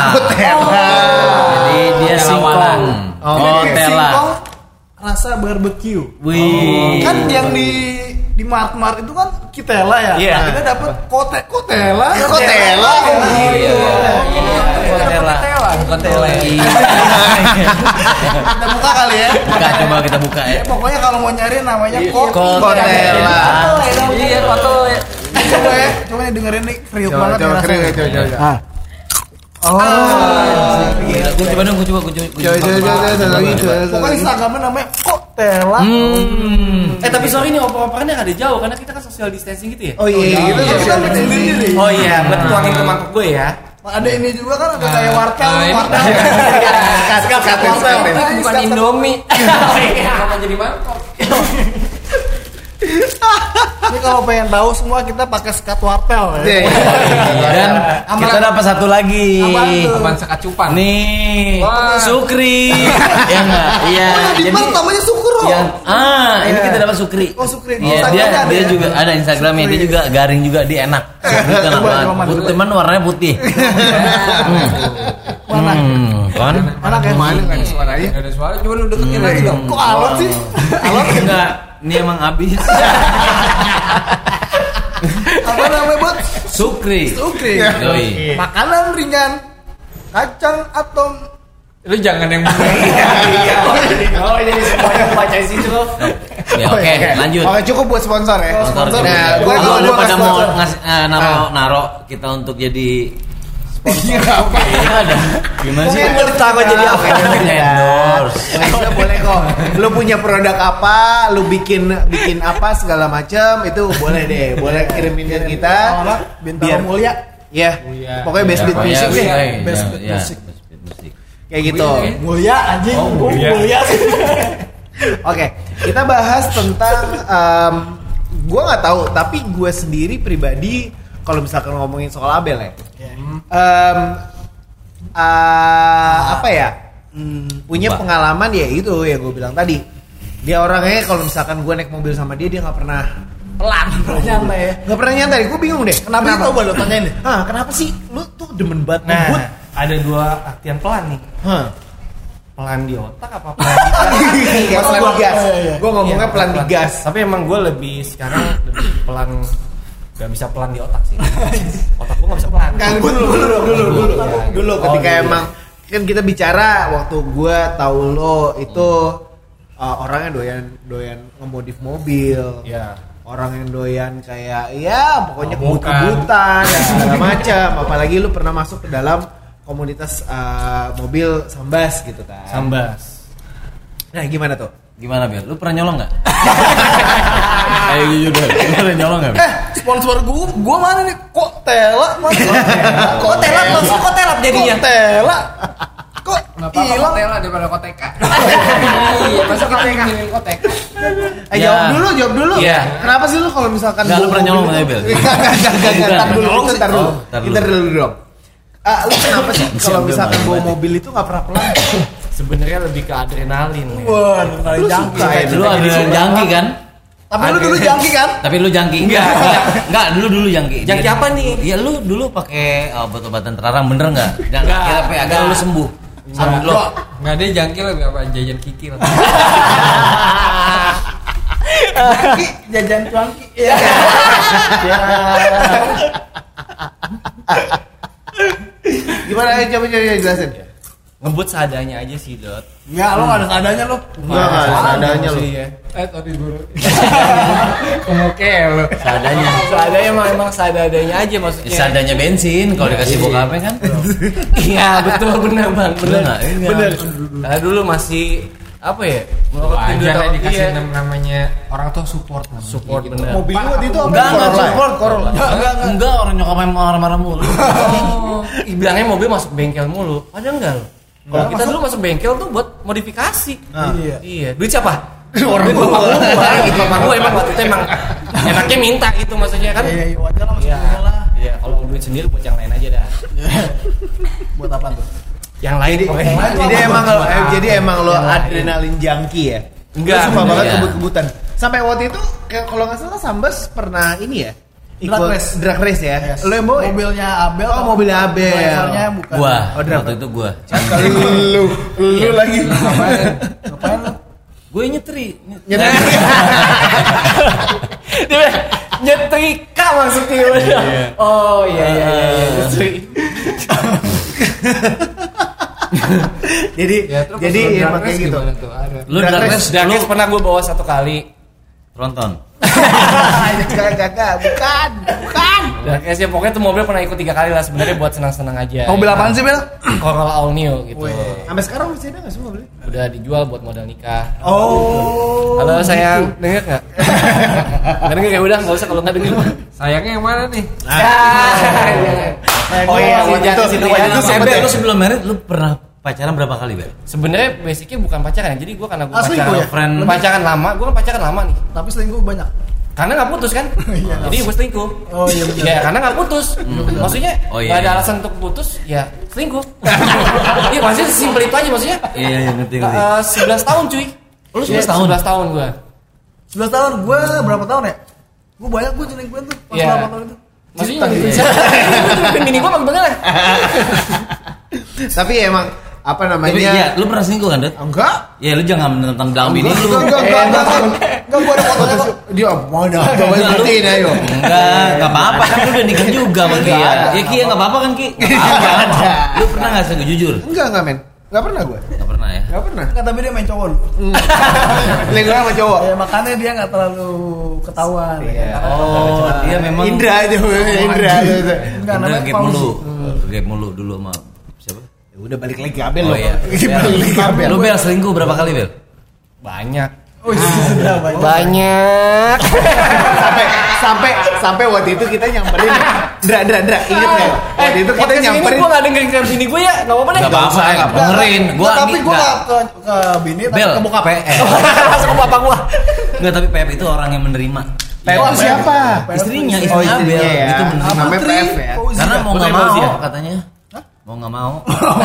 Jadi dia singkong. Kotela. Rasa barbecue. Wih. Kan yang di Mart itu kan Kitela ya. Iya. Nah, kita dapet Kotela. Kotela. Kotela. Kita buka kali ya. Coba kita buka ya. Pokoknya kalau mau nyari namanya Kotela. Iya, Kotela. Coba nih dengerin nih, kriuk banget ya rasanya. Coba. Gue coba dong, gue coba. Pokoknya Instagramnya namanya Kotela. Tapi sorry nih oper-operannya nggak ada jauh karena kita kan social distancing gitu ya. Oh iya, gitu ya. Kita bikin sendiri. Oh iya, berarti tuangin ke mangkok gue ya. Ada ini juga kan ada kayak wartel. Itu bukan Indomie. Kenapa jadi mangkok? Ini kalau pengen tahu semua kita pakai sekat wartel ya. Dan kita dapat satu lagi. Apaan sekat cupang? Nih, Wah. Sukri. Ya enggak? Iya. Di mana namanya Sukro? Ini kita dapat Sukri. Oh, Sukri. Iya, dia juga ada Instagramnya, dia juga garing juga, dia enak. Sukri itu enak banget. Putih, teman warnanya putih. Kan? Mana kayak mana Nggak ada suaranya. Gak ada suara, coba lu deketin lagi dong. Kok alot sih? Alot enggak? Ini emang habis. Apa namanya buat Sukri. Yoi. Makanan ringan, kacang atau Lu jangan yang Oh, jadi semuanya baca di situ loh. Ya oke, lanjut. Oke, cukup buat sponsor ya. Sponsor. Nah, Kalau lu pada mau ngasih naro kita untuk jadi Iya, apa? ada. Gimana sih? Mungkin Takut jadi apa? Endorse. Boleh kok. Lu punya produk apa, lu bikin apa segala macam itu boleh deh. Boleh kirimin ke kita. Bintang mulia. Ya. Pokoknya best beat music deh. Best beat music. Kayak gitu. Mulia anjing. Mulia. Oke, kita bahas tentang gue nggak tahu, tapi gue sendiri pribadi kalau misalkan ngomongin soal Abel ya, apa ya, punya pengalaman ya itu ya gue bilang tadi. Dia orangnya kalau misalkan gue naik mobil sama dia nggak pernah pelan, Nyantai ya. nggak pernah nyantai. Gue bingung deh. Kenapa? Tahu lo tanyain deh. Kenapa sih lu tuh demen banget Nah, ngebut? ada dua artian pelan nih. Pelan di otak apa pelan di gas? Pelan di gas. Iya. Gue ngomongnya pelan di gas. Tapi emang gue lebih sekarang lebih pelan, gak bisa pelan di otak sih. Otak gue gak bisa pelan. Kan dulu ketika emang kan kita bicara waktu gue tahu lo itu orangnya doyan ngemodif mobil. Iya. Orang yang doyan kayak ya pokoknya kebut-kebutan dan segala macam. Apalagi lu pernah masuk ke dalam komunitas mobil Sambas gitu kan. Sambas. Nah, gimana tuh? Gimana Bel? Lu pernah nyolong nggak? Ayo jujur deh. Lu pernah nyolong nggak? Sponsor gua mana nih? Kok Tela? Kok telat maksud kok telat jadinya? Kok Tela? Kok Kenapa hilang? Tela daripada Koteka? Iya, masa kita yang ngilin Koteka? Jawab dulu. Iya. Kenapa sih lu kalau misalkan Nggak, lu pernah nyolong nggak, Bel? Enggak, Ntar dulu dong. Lu kenapa sih kalau misalkan bawa mobil itu nggak pernah pelan? Sebenarnya lebih ke adrenalin. Wah, paling jangki. Lu adrenalin jangki kan? Tapi lu dulu jangki kan? Tapi lu jangki enggak, dulu jangki. Jangki apa nih? Iya, lu dulu pakai obat-obatan terlarang bener enggak? Jangki tapi agar lu sembuh. Sambil lu Nggak ada jangkil lebih apa jajan kikil. Jajan cuangki. Iya. Gimana? Coba jelasin. Ngebut seadanya aja sih, Dot. Enggak, lo enggak ada seadanya lo. Enggak seadanya lu. Tadi guru. Oke lo. Seadanya emang seadanya aja maksudnya. seadanya bensin kalau dikasih bokapnya kan. Iya, betul benar, Bang. Benar. Iya. Benar. Karena dulu masih apa ya? Wajar dikasih namanya orang tua support. Support bener. Mobil lu waktu itu apa? Enggak support Corolla. Enggak, orang nyokapnya marah-marah mulu. Bilangnya mobil masuk bengkel mulu. Padahal enggak loh. Kalau kita dulu masuk bengkel tuh buat modifikasi. Iya. Duit siapa? Orang Duit bapak gua emang waktu itu emang enaknya minta gitu maksudnya kan. Iya, wajar lah masuk Iya. bola. Iya, kalau duit sendiri buat yang lain aja dah. Buat apa tuh? Yang lain pokoknya. Jadi emang lo adrenalin junkie ya? Enggak. Lu suka banget Iya. kebut-kebutan. Sampai waktu itu kalau nggak salah Sambas pernah ini ya? Drag race ya? Yes. Lo yang bawa? Mobilnya Abel. Oh, mobilnya Abel. Drivernya bukan. Gua, Oh, waktu itu gua. Lu lagi. Ngapain lu? Gue nyetri. Dia bilang, nyetrika maksudnya. Oh iya. Jadi emang kayak gitu. Lu drag race Drag race pernah gue bawa satu kali. tronton. Gak, bukan. Drag race ya pokoknya tuh mobil pernah ikut 3 kali lah sebenarnya buat senang-senang aja. Mobil apaan sih, Bel? Corolla all new gitu. Sampai sekarang masih ada nggak sih mobilnya? Udah dijual buat modal nikah. Oh. Halo sayang, denger nggak? Nggak denger ya udah nggak usah kalau nggak denger. Sayangnya yang mana nih? Oh iya, waktu itu Lu sebelum married lu pernah pacaran berapa kali, Bel? Sebenarnya basicnya bukan pacaran, jadi gue karena gue Asli pacaran, gua ya? pacaran lama, gue kan pacaran lama nih. Tapi selingkuh banyak. Karena nggak putus kan, jadi gue selingkuh. Oh iya benar. Ya karena nggak putus, maksudnya Oh, iya, nggak ada iya. alasan untuk putus, ya selingkuh. Iya maksudnya simpel itu aja maksudnya. Iya, ngerti. 11 tahun cuy. Lu 11 tahun? 11 tahun gue. 11 tahun, gue berapa tahun ya? Gue banyak gue selingkuhin tuh pas Iya. 8 tahun itu. Maksudnya bini gue bagaimana? Tapi emang apa namanya? Tapi iya, lu pernah selingkuh kan, Dut? Enggak. Ya lu jangan tentang dalam bini lu. Enggak, gua ada fotonya kok. Dia mana? Coba buktiin ayo. Enggak apa-apa kan lu udah nikah juga sama Ki ya. Ya Ki enggak apa-apa kan Ki? Enggak ada. Lu pernah enggak selingkuh jujur? Enggak, men. Enggak pernah gue. Enggak pernah ya? Enggak pernah. Enggak, tapi dia main cowok lu. Selingkuh sama cowok. Ya makanya dia enggak terlalu ketahuan. Oh, dia memang Indra aja, Indra. Enggak, namanya gap mulu. Gap mulu dulu sama siapa? Ya udah balik lagi ke Abel Oh lo. iya. Balik lagi ke Abel. Lu Bel selingkuh berapa kali, Bel? Banyak. Oh, sudah banyak. Banyak. sampai waktu itu kita nyamperin. Indra, inget enggak? Waktu itu kita nyamperin. Gue enggak dengerin ke bini gue ya. Enggak apa-apa deh. Enggak apa-apa, enggak dengerin. Gua Tapi gue ke bini, tapi Bel, ke bokap. Langsung ke bapak gua. Enggak, tapi Pep itu orang yang menerima. Pep itu siapa? Istrinya Oh, istrinya Abel. ya. Itu menerima. Namanya Pep ya. Karena mau enggak mau katanya. Mau enggak mau.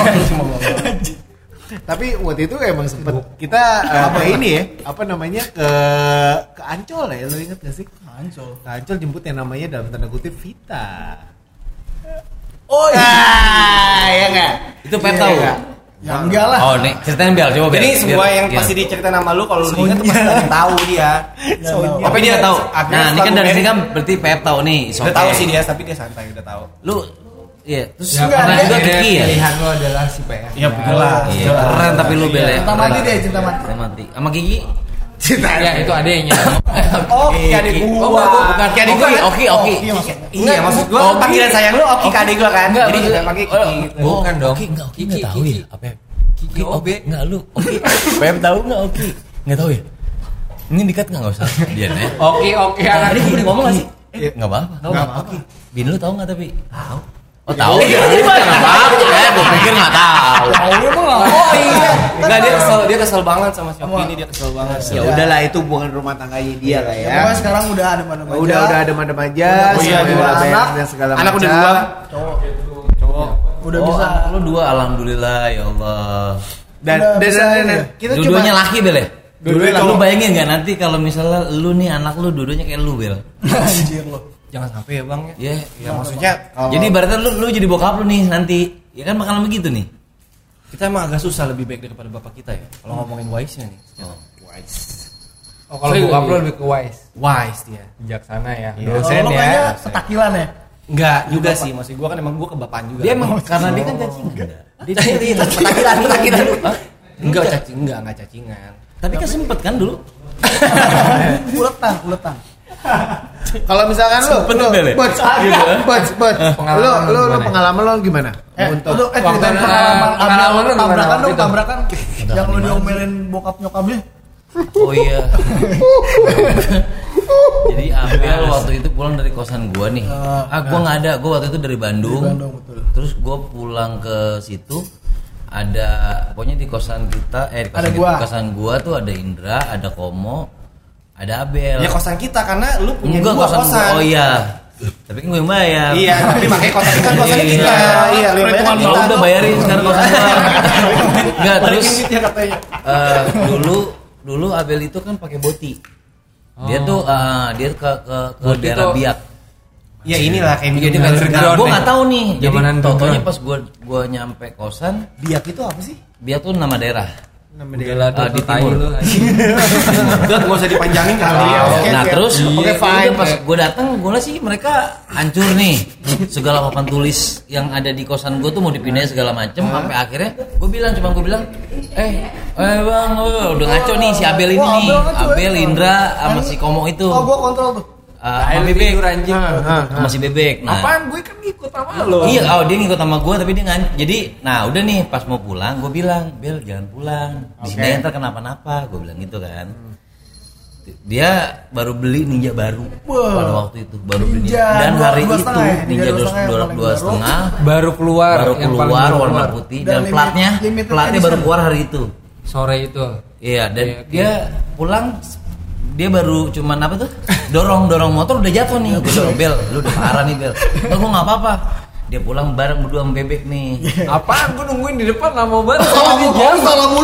Tapi waktu itu emang sempet kita apa ini ya? Apa namanya ke Ancol ya? Lo inget gak sih? Ancol. Ke Ancol jemput yang namanya dalam tanda kutip Vita. Oh iya. Ya enggak? Itu Pep tahu. Ya enggak lah. Oh, nih ceritain Bel, coba Bel. Ini semua Biar- yang iya. pasti diceritain sama lu kalau lu ingat tuh pasti ada yang tahu dia. Tapi dia tahu. akhirnya Nah, ini setelah kan dari gue sini kan berarti Pep tahu nih. udah tahu sih dia, tapi dia santai udah tahu. Lu iya, terus Ya, pernah karena juga dia Kiki ya? pilihan lo adalah si PR. Iya, jelas. Iya, keren tapi lu Bel ya. Cinta mati deh, cinta mati. Cinta mati. Sama Kiki? Cinta. Ya itu adanya. Oh, kayak adik Oh, gua. bukan. Kayak adik gua. Oki. Iya, maksudnya. Iya, maksud gua Oki. panggilan sayang lu Oki ke adik gua kan. Enggak, Jadi maksud- kita pakai Kiki gitu. Bukan dong. Oki enggak Kiki, tahu Kiki. ya? Apa ya? Kiki Obe. Enggak lu. Oki. Pep tahu enggak Oki? Enggak tahu ya? Ini dikat enggak usah. Dia ya. Oke anak Tadi gue ngomong enggak sih? Enggak apa-apa. Enggak apa-apa. Bini lu tahu enggak tapi? Tahu. Oh, tahu. Jadi enggak apa-apa. Gue pikir enggak tahu. Oh iya. Enggak, dia kesel banget sama si Oki ini, dia kesel banget. Ya udahlah itu hubungan rumah tangganya dia lah ya. Pokoknya sekarang udah ada mana-mana. Udah adem-adem aja. Oh iya, semuanya dua udah beres anak. dan segala Anak udah macam. dua. Cowok. Udah bisa. Lu dua alhamdulillah ya Allah. Dan Udah bisa dan ya? kita Dua-duanya laki Bel ya? Dua-duanya Lu cowok. bayangin enggak nanti kalau misalnya lu nih anak lu dua-duanya kayak lu Bel. Anjir lo. Jangan sampai ya, Bang ya. Iya. Ya maksudnya kalau Jadi ibaratnya lu jadi bokap lu nih nanti. Ya kan bakalan begitu nih. kita emang agak susah lebih baik daripada bapak kita ya. Kalau ngomongin wise-nya nih. Oh kalau bokap lo lebih ke wise. Wise dia. Bijaksana ya. Kalau Dosen lo kayaknya ya. ketakilan ya. Enggak juga sih, maksud gua kan emang gua kebapaan juga. Dia emang karena dia kan cacingan. dia petakilan. Enggak enggak cacingan. Tapi kan sempet kan dulu. Kuletan. Kalau misalkan lu, Bel ya? buat lu pengalaman lo gimana? Untuk waktu ceritain pengalaman lu gimana tabrakan waktu dong, itu? tabrakan yang lu diomelin bokap nyokapnya. Oh iya. Jadi Abel waktu itu pulang dari kosan gua nih. Gua nggak ada. Gua waktu itu dari Bandung. Betul. Terus gua pulang ke situ ada pokoknya di kosan kita di Ada kosan, gua. kosan gua tuh ada Indra, ada Komo, ada Abel. Ya kosan kita karena lu punya Enggak dua kosan gua. Oh iya. Tapi kan gue yang bayar. Iya, tapi makanya kosan kita kosan Iya. kita. Iya, lu Perhitungan bayar Ya kita. udah bayarin sekarang kosan gua. Enggak terus Duitnya katanya. dulu Abel itu kan pakai boti. Dia tuh dia ke Boti daerah tuh- Biak. Ya inilah kayak Jadi gitu. underground. Gue nggak tahu nih. Jadi Zaman underground. totonya pas gue nyampe kosan, Biak itu apa sih? Biak tuh nama daerah. Nama Udah dia. lah Di di timur timur. lu. Udah enggak usah dipanjangin kali ya. Oke. Nah terus Oke, fine. udah pas gue datang, gue liat sih mereka hancur nih. Segala papan tulis yang ada di kosan gue tuh mau dipindahin segala macem. Sampai akhirnya gue bilang bang, udah ngaco nih si Abel ini nih. Abel, Indra, sama si Komo itu. Oh, gua kontrol tuh. Sama Bebek. Sama si Bebek. Nah, Apaan gue kan ikut sama lo. iya, dia ngikut sama gue tapi dia nggak. Jadi, nah udah nih pas mau pulang, gue bilang, Bel jangan pulang. Di sini ntar kenapa-napa, gue bilang gitu kan. Dia baru beli Ninja baru pada waktu itu, baru beli Ninja dan hari dua itu setengah ya? Ninja dua setengah Baru keluar. yang paling keluar baru warna keluar. putih Dan dan platnya limited baru edition. keluar hari itu. Sore itu. Iya, dan Oke, oke. dia pulang dia baru cuman apa tuh? Dorong motor udah jatuh nih. Gue bilang, Bel, lu udah parah nih, Bel. Enggak, gue enggak apa-apa. Dia pulang bareng berdua sama Bebek nih. Apaan gue nungguin di depan lama banget. Salah mulu ngomong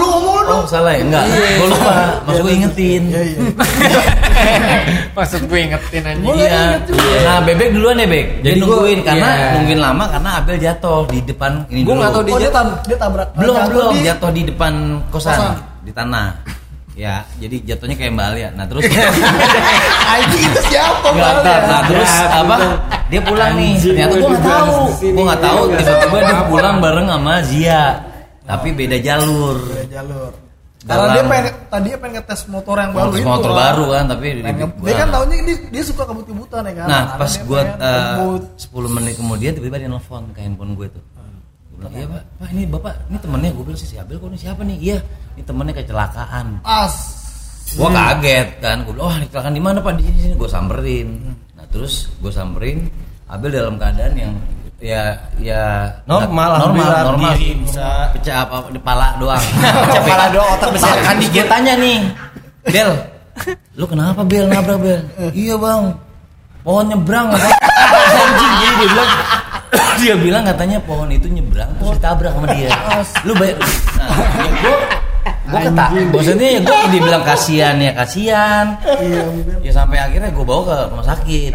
Oh salah ya? Enggak, gue lupa. Maksud gue ingetin. Iya. Maksud gue ingetin aja. Iya. Nah Bebek duluan ya Bek. Jadi nungguin karena nungguin lama karena Abel jatuh di depan ini dulu. Gue nggak tahu dia tabrak. Belum jatuh di depan kosan di tanah. Ya, jadi jatuhnya kayak Mbak Alia. Nah terus Anjing itu siapa Mbak? Nah terus apa? Dia pulang nih. Ternyata gue nggak tahu. Tiba-tiba dia pulang bareng sama Zia. Tapi beda jalur. Karena dia pengen ngetes motor yang baru itu. Motor baru kan, tapi dia kan taunya dia suka kebut-kebutan ya kan. Nah pas gue 10 menit kemudian tiba-tiba dia nelfon ke handphone gue tuh. Gue bilang, iya pak, ini bapak, ini temennya. Gue bilang si Abel, kok ini siapa nih? Iya, ini temennya kecelakaan. Gue kaget kan, gue bilang, kecelakaan di mana pak? Di sini. Gue samperin. Nah terus gue samperin, Abel dalam keadaan yang ya normal bisa pecah apa kepala doang. Kepala doang, otak besar. Kan dia tanya nih, Bel, lu kenapa Bel nabrak Bel? Iya bang, pohon nyebrang. Anjing dia bilang katanya pohon itu nyebrang terus ditabrak sama dia. Lu bayar. Gue kata, maksudnya gue dibilang kasihan. Iya, ya sampai akhirnya gue bawa ke rumah sakit.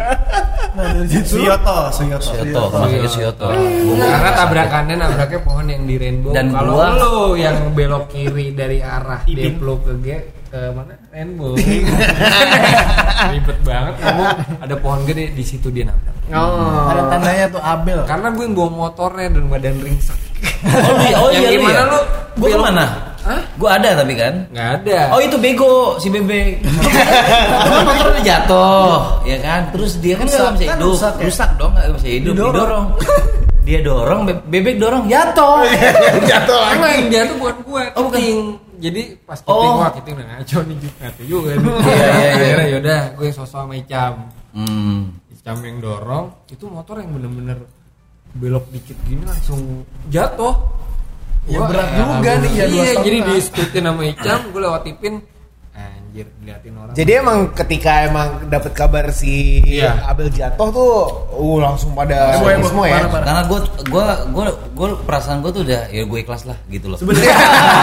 Suyoto. Karena nabraknya pohon yang di Rainbow. Dan kalau lu yang belok kiri dari arah Deplo ke mana? Rainbow. Ribet banget. Kamu ada pohon gede di situ dia nabrak. Ada tandanya tuh Abel. Karena gue bawa motornya dan badan ringsek. Yang gimana lu? Gue kemana? Gue ada tapi kan? Nggak ada. Oh itu bego si Bebek. Kan motornya jatuh, ya kan? Terus dia kan nggak bisa hidup, rusak dong, nggak bisa hidup. Dia dorong, Bebek dorong, jatuh. Karena yang jatuh bukan gue, Kiting. Jadi pas Kiting udah ngaco nih juga. Iya. Yaudah, gue yang sosok sama Icam. Icam yang dorong, itu motor yang bener-bener belok dikit gini langsung jatuh. Ya berat juga nih ya. Iya, jadi di-stutin sama Icam, gue lewat tipin. Anjir, diliatin orang. Jadi emang ketika dapet kabar si Abel jatuh tuh langsung pada semua ya. Karena gue perasaan gue tuh udah ya gue ikhlas lah gitu loh. Sebenarnya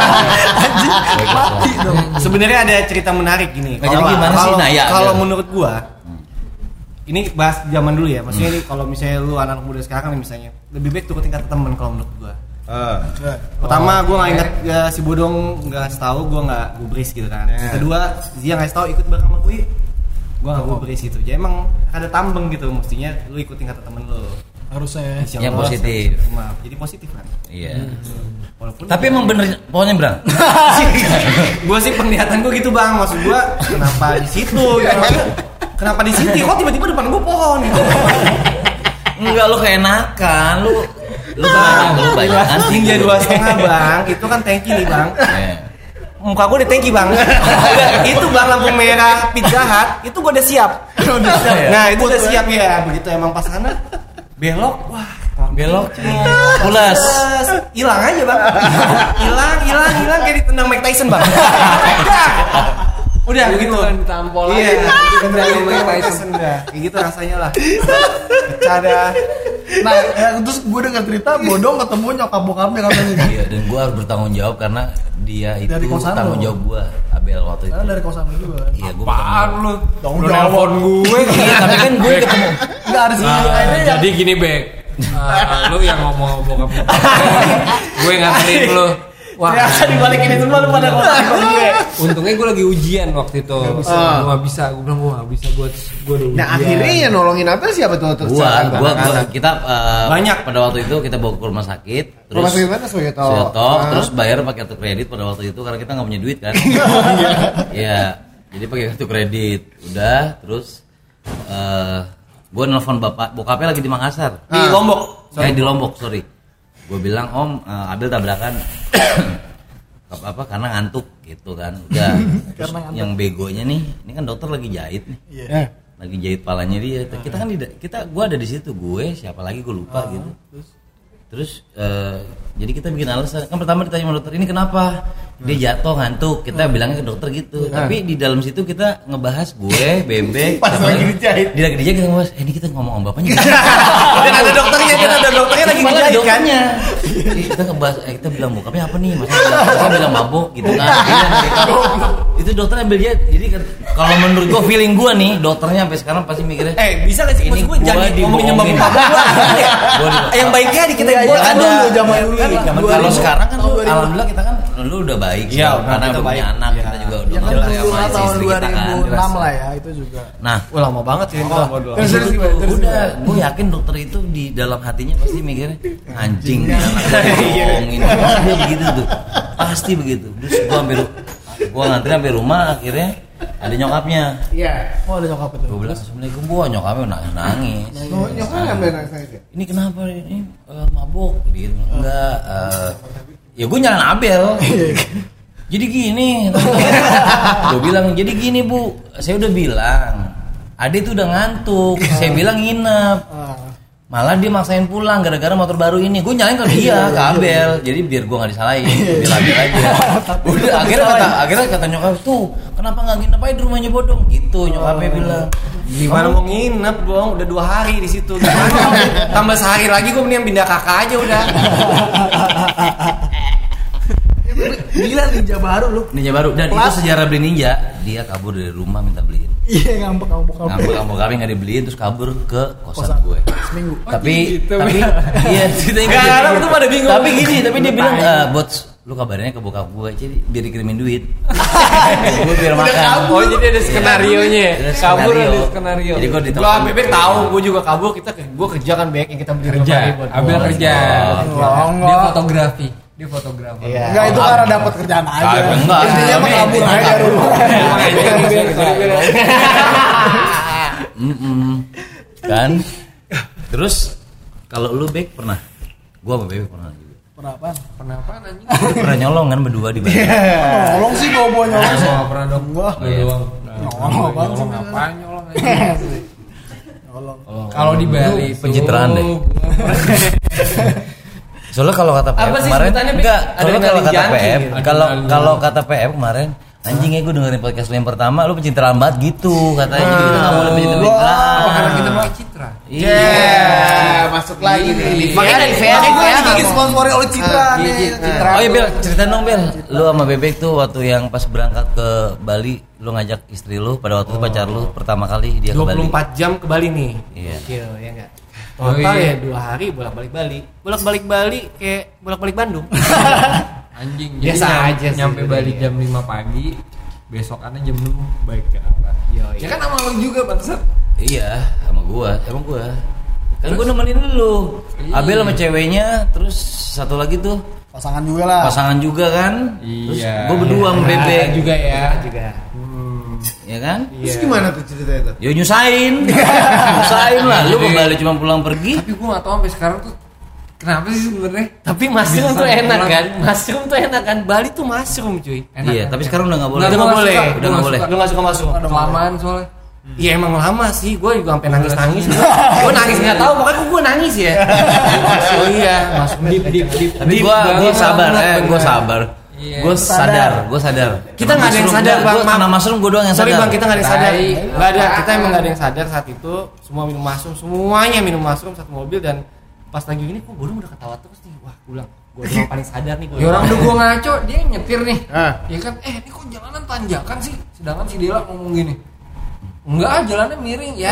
mati dong. Sebenarnya ada cerita menarik gini. Jadi gimana sih? Nah ya. Kalau menurut gue ini bahas zaman dulu ya. Maksudnya ini kalau misalnya lu anak muda sekarang nih misalnya, lebih baik turun tingkat teman kalau menurut gue. Pertama gue nggak inget si Bodong nggak ngasih tahu, gue nggak gubris gitu kan. Kedua Zia ngasih tahu ikut bareng sama gue nggak gubris gitu. Jadi emang ada tambeng gitu, mestinya lu ikutin kata temen lu. Harusnya yang positif. Maaf, jadi positif kan. Iya. Tapi emang bener pohonnya berang. Gue sih penglihatan gue gitu bang, maksud gue kenapa di situ? Kenapa di situ? Kok tiba-tiba depan gue pohon gitu? Enggak, lu keenakan, lu banyak anjing dia 2,5 bang, itu kan tanki nih bang. Muka gue udah tanki bang. Itu bang lampu merah Pizza Hut, itu gue udah siap. Nah itu udah siap ya, begitu emang pas sana belok, wah beloknya pulas, hilang aja bang, hilang kayak ditendang Mike Tyson bang. Udah begitu ditampol iya, Mike Tyson udah kayak gitu rasanya lah. Bercanda. Nah, terus gue dengar cerita Bodong ketemu nyokap bokapnya katanya. Iya, dan gue harus bertanggung jawab karena dia itu tanggung jawab gue, Abel waktu itu. Karena dari kosan lu juga. Iya, gue apaan lu? Tanggung jawab nelfon gue. Iya, tapi kan gue ketemu. Enggak ada sih. Jadi gini, Bek. Lu yang ngomong bokap gue nganterin lu. Wah, dibalikin itu semua lu pada ngomong gue. Untungnya gue lagi ujian waktu itu. Gue gak bisa, gue bilang gue gak bisa, gue udah ujian. Nah akhirnya yang nolongin Abel siapa tuh? Kita banyak pada waktu itu kita bawa ke rumah sakit. Terus rumah sakit mana? Suyoto. Terus bayar pakai kartu kredit pada waktu itu karena kita nggak punya duit kan. Iya, jadi pakai kartu kredit. Udah, terus gue nelfon bokapnya lagi di Makassar. Di Lombok. Di Lombok, sorry. Gue bilang Om, Abel tabrakan karena ngantuk gitu kan. Udah. Terus yang begonya nih, ini kan dokter lagi jahit nih. Iya. Lagi jahit palanya dia. Kita kan gue ada di situ, gue siapa lagi gue lupa gitu. Terus jadi kita bikin alasan. Kan pertama ditanya sama dokter, ini kenapa? Dia jatuh ngantuk, kita bilangnya ke dokter gitu. Tapi di dalam situ kita ngebahas gue, Bebek, pas lagi dijahit. Dia lagi dijahit kita ngebahas, ini kita ngomong sama bapaknya. Dan ada dokternya lagi dijahit kan. Kita ngebahas, kita bilang bokapnya apa nih? Masa bilang mabuk gitu kan. Itu dokter ambil jahit. Jadi kalau menurut gue feeling gue nih, dokternya sampai sekarang pasti mikirnya, bisa gak sih ini gue jadi ngomongin mabuk yang baiknya di kita gue ada zaman dulu. Kalau sekarang kan alhamdulillah kita kan lu udah baik, karena udah punya anak, kita juga udah jelas ya sama tahun istri kita kan. 2006 lah ya itu juga. Nah, lama banget sih itu. Udah, gue yakin dokter itu di dalam hatinya pasti mikirnya anjing nih anak ngomongin begitu tuh, pasti begitu. Terus gue ngantri sampai rumah, akhirnya ada nyokapnya. Iya. Oh ada nyokap itu. Gue bilang assalamualaikum, nyokapnya nangis. Nyokapnya sampai nangis. Ini kenapa ini mabuk gitu? Enggak. Ya gue nyalain Abel. Jadi gini. Gue bilang jadi gini Bu, saya udah bilang Ade tuh udah ngantuk. Saya bilang nginep. Malah dia maksain pulang gara-gara motor baru ini. Gue nyalain ke dia, ke Abel. Jadi biar gue nggak disalahin, biar Abel aja. Udah akhirnya kata nyokap tuh, kenapa nggak nginep aja di rumahnya Bodong? Gitu nyokapnya bilang. Gimana mau nginep Bong? Udah 2 hari di situ. Tambah sehari lagi gue mending pindah kakak aja udah. Gila ninja baru lu. Ninja baru dan itu sejarah beli ninja. Dia kabur dari rumah minta beliin. Iya ngambek. Ngambek kami nggak dibeliin terus kabur ke kosan gue. Seminggu. Tapi iya ceritanya sekarang tuh pada bingung. Tapi dia bilang Bots, lu kabarinnya ke bokap gue jadi biar dikirimin duit. Gue biar makan. Oh jadi ada skenario nya. Kabur ada skenario. Jadi gue Gua Bebek tahu, gue juga kabur, gue kerja kan Bebek yang kita beli kerja. Abel kerja. Dia fotografi. Iya. Enggak itu karena dapat kerjaan aja. Enggak. Intinya mah kabur aja dari rumah. Kan? Terus kalau lu Bek pernah? Gua sama Bebek pernah juga. Pernah apa anjing? Pernah nyolong kan berdua di Bali. Nyolong sih bawa nyolong. Pernah dong. Gua. Nyolong apa sih? Nyolong. Kalau di Bali pencitraan deh. Soalnya kalau kata PM kemarin enggak, soalnya kalau kata PM, kalau kata PM kemarin anjingnya gue dengerin podcast lu yang pertama lu pencitraan banget gitu katanya, jadi kita nggak boleh pencitraan. Apa karena kita mau citra? Iya, masuk lagi nih. Makanya gue disponsori oleh Citra nih. Oh iya Bel, ceritain dong Bel, lu sama Bebek tuh waktu yang pas berangkat ke Bali, lu ngajak istri lu pada waktu itu pacar lu pertama kali dia ke Bali. 24 jam ke Bali nih. Iya. Ya enggak. Total ya 2 hari bolak-balik Bali. Bolak-balik Bali kayak bolak-balik Bandung. Anjing. Biasa aja sih. Nyampe Bali jam 5 pagi, besokannya jam 6 balik ke arah. Ya kan sama lu juga bangsat. Iya, sama gua. Emang gua. Kan gua nemenin lu. Abel sama ceweknya, terus satu lagi tuh pasangan juga lah. Pasangan juga kan? Terus Iya. gua berdua sama Bebek juga ya. Ya kan? Terus gimana tuh ceritanya tuh? Yo nyusahin lah. Lu ke Bali cuma pulang pergi. Tapi gue gak tau sampai sekarang tuh kenapa sih sebenarnya? Tapi mushroom tuh enak kan? Mushroom tuh enak kan? Bali tuh mushroom cuy. Enak, iya, tapi sekarang udah nggak boleh. Udah nggak boleh. Udah nggak boleh. Lu nggak suka mushroom? Ada kelamaan soalnya. Iya emang lama sih. Gue juga sampai nangis. Gue nangis nggak tahu. Pokoknya gue nangis ya. Oh iya, masuk deep. Tapi gue sabar. Gue sabar. Gue sadar. Kita nggak ada yang sadar bang. Karena mushroom gue doang yang sadar. Sorry bang, kita nggak ada yang sadar. Nggak ada. Kita emang nggak ada yang sadar saat itu. Semua minum mushroom, semuanya minum mushroom satu mobil, dan pas lagi gini kok Bodong udah ketawa terus nih. Wah, gue bilang gue doang paling sadar nih. Ya orang udah gue ngaco, dia nyetir nih. Ya kan, ini kok jalanan tanjakan sih. Sedangkan si Dela ngomong gini. Enggak, jalannya miring ya.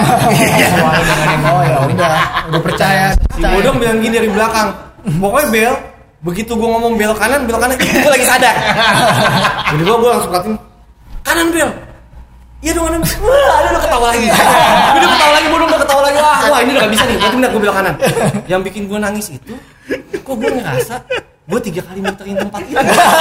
Oh ya udah percaya. Si Bodong bilang gini dari belakang. Pokoknya Bel, begitu gue ngomong belok kanan, gue lagi sadar. Jadi gue langsung perhatiin kanan Bel. Iya dong kanan. Wah, udah ketawa lagi. Bodong udah ketawa lagi. Wah, ini udah gak bisa nih. Berarti benar gue belok kanan. Yang bikin gue nangis itu, kok gue ngerasa gue 3 kali muterin tempat itu.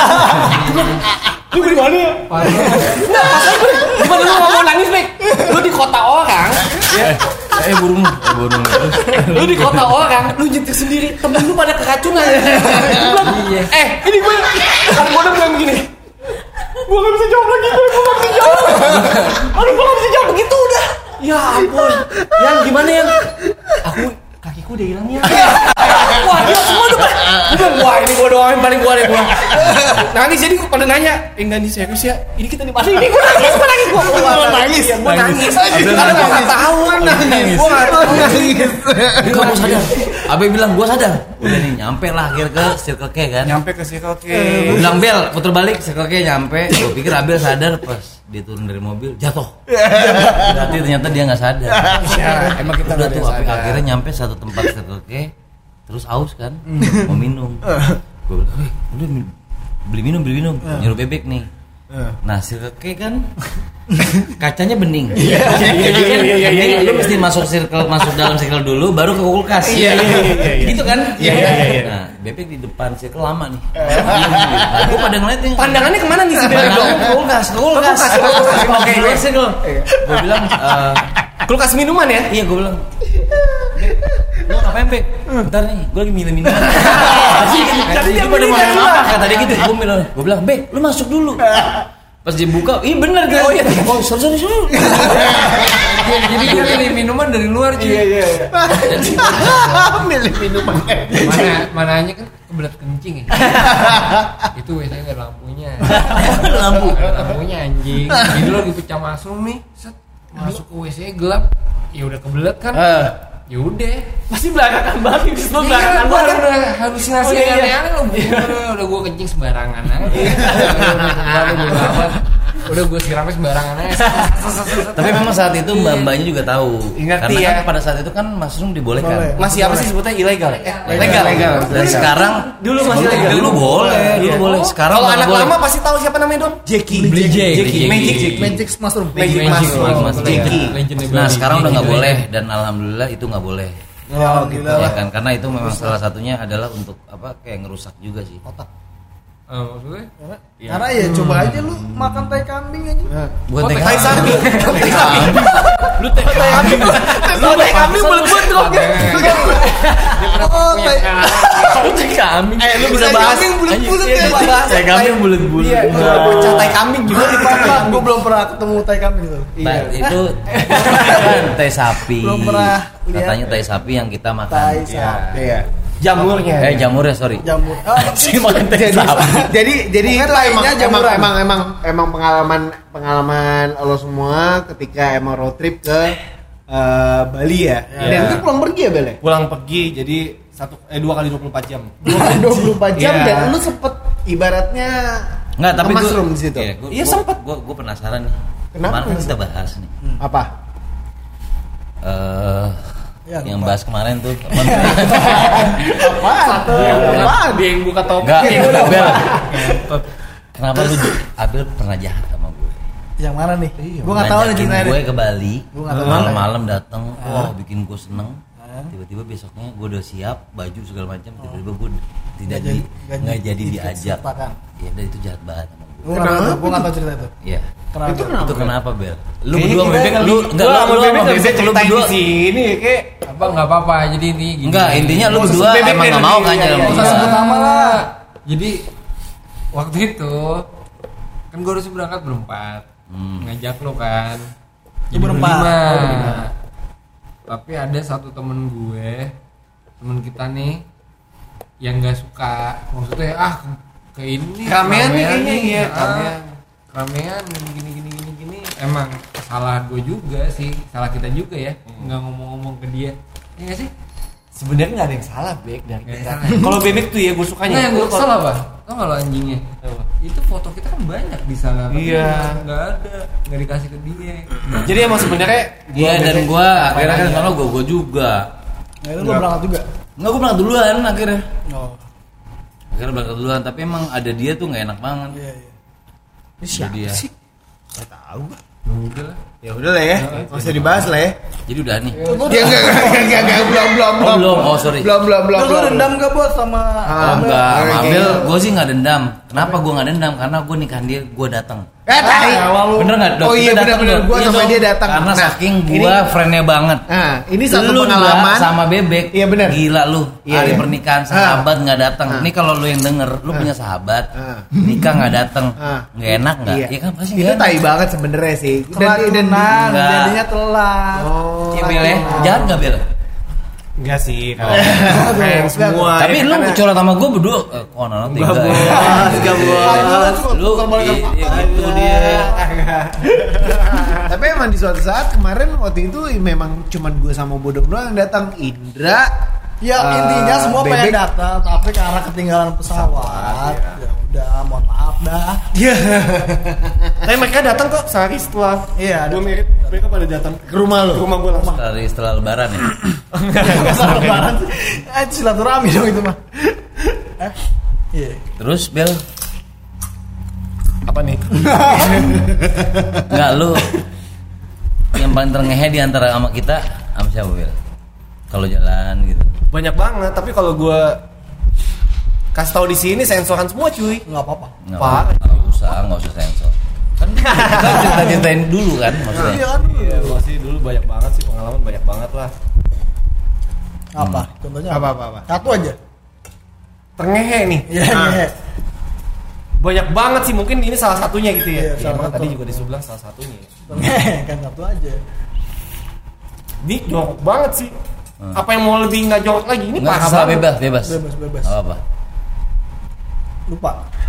Lu di mana ya? Nah, pas gue gimana lu gak mau nangis, Bek? Lu di kota orang, ya. burung. Lu di kota orang, lu nyetir sendiri, temen lu pada keracunan. Ini gue kan gue udah bilang begini. Gue gak bisa jawab lagi, gue gak bisa jawab. Aduh, gue gak bisa jawab begitu udah. Ya ampun. Yang gimana yang? Kakiku udah hilang ya. Wah, dia semua tuh. Wah, ini gua doain paling gua deh gua. Nangis jadi gua pada nanya, enggak nih serius ya. Ini kita nih pasti ini gua nangis. Gua nangis. Gua nangis. Karena gua enggak tahu nangis. Gua enggak tahu nangis. Kamu sadar? Abe bilang gua sadar. Udah nih nyampe lah akhir ke Circle K kan. Nyampe ke Circle K. Gua bilang Bel, puter balik Circle K nyampe. Gua pikir Abel sadar pas dia turun dari mobil jatuh. Berarti ternyata dia nggak sadar. Ya, emang kita udah nggak tuh sadar. akhirnya nyampe satu tempat Circle K, terus aus kan, mau minum. Gue bilang, udah beli minum, nyuruh bebek nih. Nah Circle K kan kacanya bening. Jadi lu mesti masuk dalam circle dulu, baru ke kulkas. Gitu kan? Nah bebek di depan circle lama nih. Gue pada ngeliatin. Pandangannya kemana nih sih? Ke kulkas. Oke, circle. Gue bilang kulkas minuman ya? Iya gue bilang. Lu ngapain Bek? Bentar nih, gue lagi milih minuman. Jadi dia pada makan apa? Kata dia gitu. Gue bilang, Bek, lu masuk dulu. Pas dibuka, ih bener kan? Oh iya, sorry. Jadi kita milih minuman dari luar cuy. Iya. Milih minuman. Mananya kan kebelet kencing ya. Itu biasanya ada lampunya. Lampunya anjing. Jadi lo lagi pecah masuk nih, set masuk ke WC gelap. Ya udah kebelet kan? Ya udah. Pasti belakangan banget. Belakangan banget. Udah halusinasi aneh-aneh lo. Udah gue kencing sembarangan aja. Udah gue siramnya sembarangan aja. Tapi memang saat itu mbak-mbaknya juga tahu. Ngerti karena ya. kan pada saat itu kan mushroom dibolehkan. Masih apa sih sebutnya ilegal ya? Legal. Dan sekarang Dulu masih legal. Dulu boleh. Sekarang kalau anak boleh. lama pasti tahu siapa namanya Don? Jackie. Magic Mushroom. Nah sekarang udah nggak boleh dan alhamdulillah itu nggak boleh. Oh, gila Ya lah. kan karena itu memang salah satunya adalah untuk apa kayak ngerusak juga sih. Otak. Maksudnya? Karena ya coba aja lu makan tai kambing aja. Buat tai tai sapi. Lu tai kambing. Lu tai kambing bulat-bulat kok. Oh, Tai kambing. lu bisa bahas bulat-bulat ya. Tai kambing bulat-bulat. Iya, bocah tai kambing juga dipakai. Gua belum pernah ketemu tai kambing tuh. Itu kan tai sapi. Belum pernah lihat. Katanya tai sapi yang kita makan. Tai sapi. Iya. Jamurnya. Jamurnya sorry. Jamur. Si makan tai sapi. Jadi Kan itu lainnya jamuran. emang pengalaman lo semua ketika emang road trip ke Bali ya. Dan itu pulang pergi ya Bel? Pulang pergi jadi 2 kali 24 jam. 24 jam Iya. dan lu sempet ibaratnya Enggak, tapi mushroom di situ. Iya, sempet. Gue penasaran nih. Kenapa? Kemarin kan kita bahas nih. Apa? Ya, Yang bahas kemarin tuh. Apaan? Dia yang buka topik. Enggak, Abel. Kenapa lu Abel pernah jahat sama gue? Yang mana nih? Gua enggak tahu nih Ngajakin ceritanya. gue ke Bali. Gua nggak tahu. Malam-malam datang, wah bikin gue seneng. Tiba-tiba besoknya gue udah siap baju segala macam, tiba-tiba gue nggak jadi diajak. Ya, dan itu jahat banget sama gue. Gua enggak tahu cerita itu. Iya. Kenapa? Itu kenapa Bel? Lu berdua sama Bebek lu enggak Gua sama lu Bebek sama nggak bisa Bebek lu ceritain berdua. di sini kayak apa enggak apa-apa. Jadi ini gini. Enggak, intinya lu berdua Bebek emang deh enggak mau lebih, kan iya, jalan iya. sama Usah sebut nama lah. Jadi waktu itu kan gue harus berangkat berempat. Ngajak lo kan. Jadi berempat. berlima. Tapi ada satu temen kita nih yang nggak suka. Maksudnya ke ini Ramean nih kayaknya, iya. Ramean gini. Emang salah gue juga sih, salah kita juga ya. Nggak ngomong-ngomong ke dia. Iya nggak sih? Sebenarnya enggak ada yang salah, Bek, dari kita. Kalau Bebek tuh ya gue sukanya. Nah, yang gue salah apa? Tau nggak lo anjingnya? Itu foto kita kan banyak di sana. Iya. Nggak ada, nggak dikasih ke dia. Jadi emang sebenarnya Iya dan gue akhirnya kan sono gue juga. Nah, itu lu berangkat juga. Enggak, gue berangkat duluan akhirnya. Oh. Akhirnya berangkat duluan, tapi emang ada dia tuh nggak enak banget. Iya. Ini Jadi ya. siapa sih? Enggak tahu gua. udah lah. Ya udah lah ya. Enggak usah dibahas lah ya. Jadi udah nih. Ya enggak belum. Belum. Oh sorry. Belum. Lu dendam enggak buat sama Enggak, Oke. Abel, gue sih nggak dendam. Kenapa gue nggak dendam? Karena gue nikahan dia, gue datang. Tai. Bener nggak? Dok? Oh iya Kita datang, benar. Dok. Gua Iya sama dong. dia datang. Karena Nah, saking ini- gue friendnya banget. Nah, ini satu Lu pengalaman dua sama Bebek. Iya, bener. Gila lu. Iya, Hari iya. pernikahan sahabat nggak datang. Ini kalau lu yang denger, lu punya sahabat, nikah nggak datang, nggak enak nggak? Iya. Iya kan pasti Itu nggak enak. tai banget sebenarnya sih. Keracunan, Enggak. jadinya telat. Oh. Iya Bel ya? Jahat nggak Bel? Enggak sih, kalau semua. Tapi lu curhat sama gue berdua, kok Nono tiga. Enggak bos. Lu itu dia. Tapi emang di suatu saat kemarin waktu itu memang cuman gue sama Bodong doang yang datang. Indra. Ya intinya semua pengen datang, tapi karena ketinggalan pesawat. Ya udah, mohon maaf dah. Tapi mereka datang kok sehari setelah. Iya. Mereka pada datang ke rumah lo. Rumah gue langsung. Setelah lebaran ya. Enggak lebaran sih. Silaturahmi dong itu mah. Iya. Terus Bel, Apa nih? enggak lu yang paling terngehe di antara sama kita sama siapa Bel? Kalau jalan gitu. Banyak banget, tapi kalau gue kasih tahu di sini sensoran semua cuy. Enggak apa-apa. Enggak usah sensor. Kan kita cerita-ceritain dulu kan maksudnya. Iya kan? Iya, masih dulu banyak banget sih pengalaman, banyak banget lah. Apa? Contohnya Apa? Satu aja. Terngehe nih. Iya. Banyak banget sih, mungkin ini salah satunya gitu ya. Iya, Ya, salah emang satu. tadi juga disuruh bilang salah satunya. Kan satu aja. Ini jorok banget sih. Apa yang mau lebih nggak jorok lagi? Ini Enggak, parah banget. bebas. Bebas. Apa? Lupa.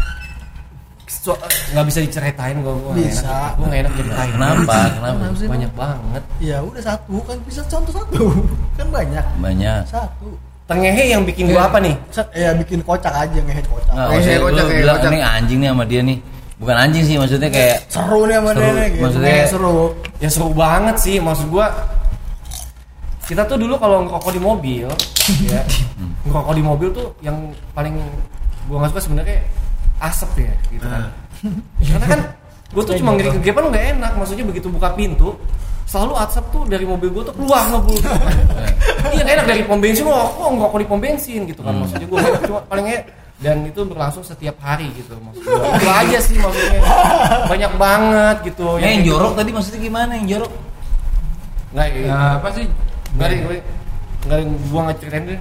Nggak bisa diceritain gue. Bisa. Gue nggak enak ceritain. Kenapa? Banyak banget. Ya udah satu kan bisa contoh satu. Kan banyak. Banyak. Satu. Terngehe yang bikin gue apa nih? Ya bikin kocak aja, ngehead kocak. Nggak, maksudnya lu bilang ini anjing nih sama dia nih. Bukan anjing sih, maksudnya kayak Seru nih sama dia nih. Maksudnya seru. Ya seru banget sih, maksud gue. Kita tuh dulu kalau ngerokok di mobil, ya, ngerokok di mobil tuh yang paling gue nggak suka sebenarnya asap ya, gitu kan. Karena kan gue tuh cuma ngeri kegepan nggak enak, maksudnya begitu buka pintu, selalu asap tuh dari mobil gue tuh keluar ngebul. Iya nggak enak dari pom bensin, ngerokok di pom bensin gitu kan, maksudnya gue cuma paling dan itu berlangsung setiap hari gitu, maksudnya itu aja sih maksudnya banyak banget gitu. yang jorok tadi maksudnya gimana yang jorok? Nggak, Apa sih? nggak ada gua nggak ceritain deh.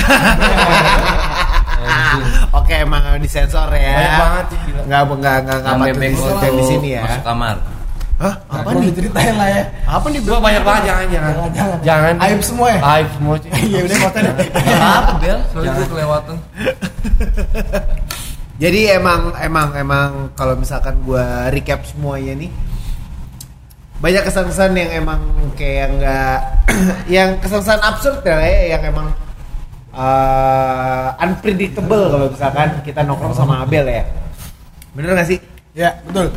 Oke, emang disensor ya. Banyak banget sih gila. Enggak Yang bebek patut di sini ya. masuk kamar. Hah? Apa nih ceritain lah ya? Apa nih Gua banyak banget, jangan. Aib semua ya? Aib semua sih. Iya udah foto deh. Apa Bel? Soalnya gue kelewatan. Jadi emang kalau misalkan gua recap semuanya nih, banyak kesan-kesan yang emang kayak nggak yang kesan-kesan absurd ya, yang emang unpredictable kalau misalkan kita nongkrong sama Abel ya. Bener nggak sih? Ya betul.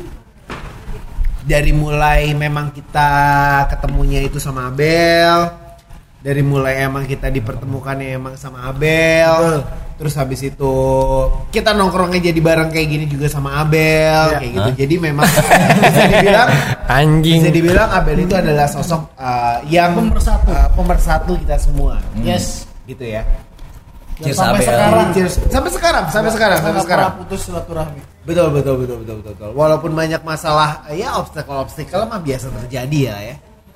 Dari mulai memang kita ketemunya itu sama Abel, dari mulai emang kita dipertemukannya emang sama Abel. Terus habis itu kita nongkrongnya jadi bareng kayak gini juga sama Abel, kayak gitu. Jadi memang bisa dibilang Anjing. Bisa dibilang Abel itu adalah sosok yang pemersatu kita semua. Yes, gitu ya. Cheers sampai Abel. sekarang. Cheers. Sampai sekarang. Putus silaturahmi. Betul. Walaupun banyak masalah, ya obstacle mah biasa terjadi ya.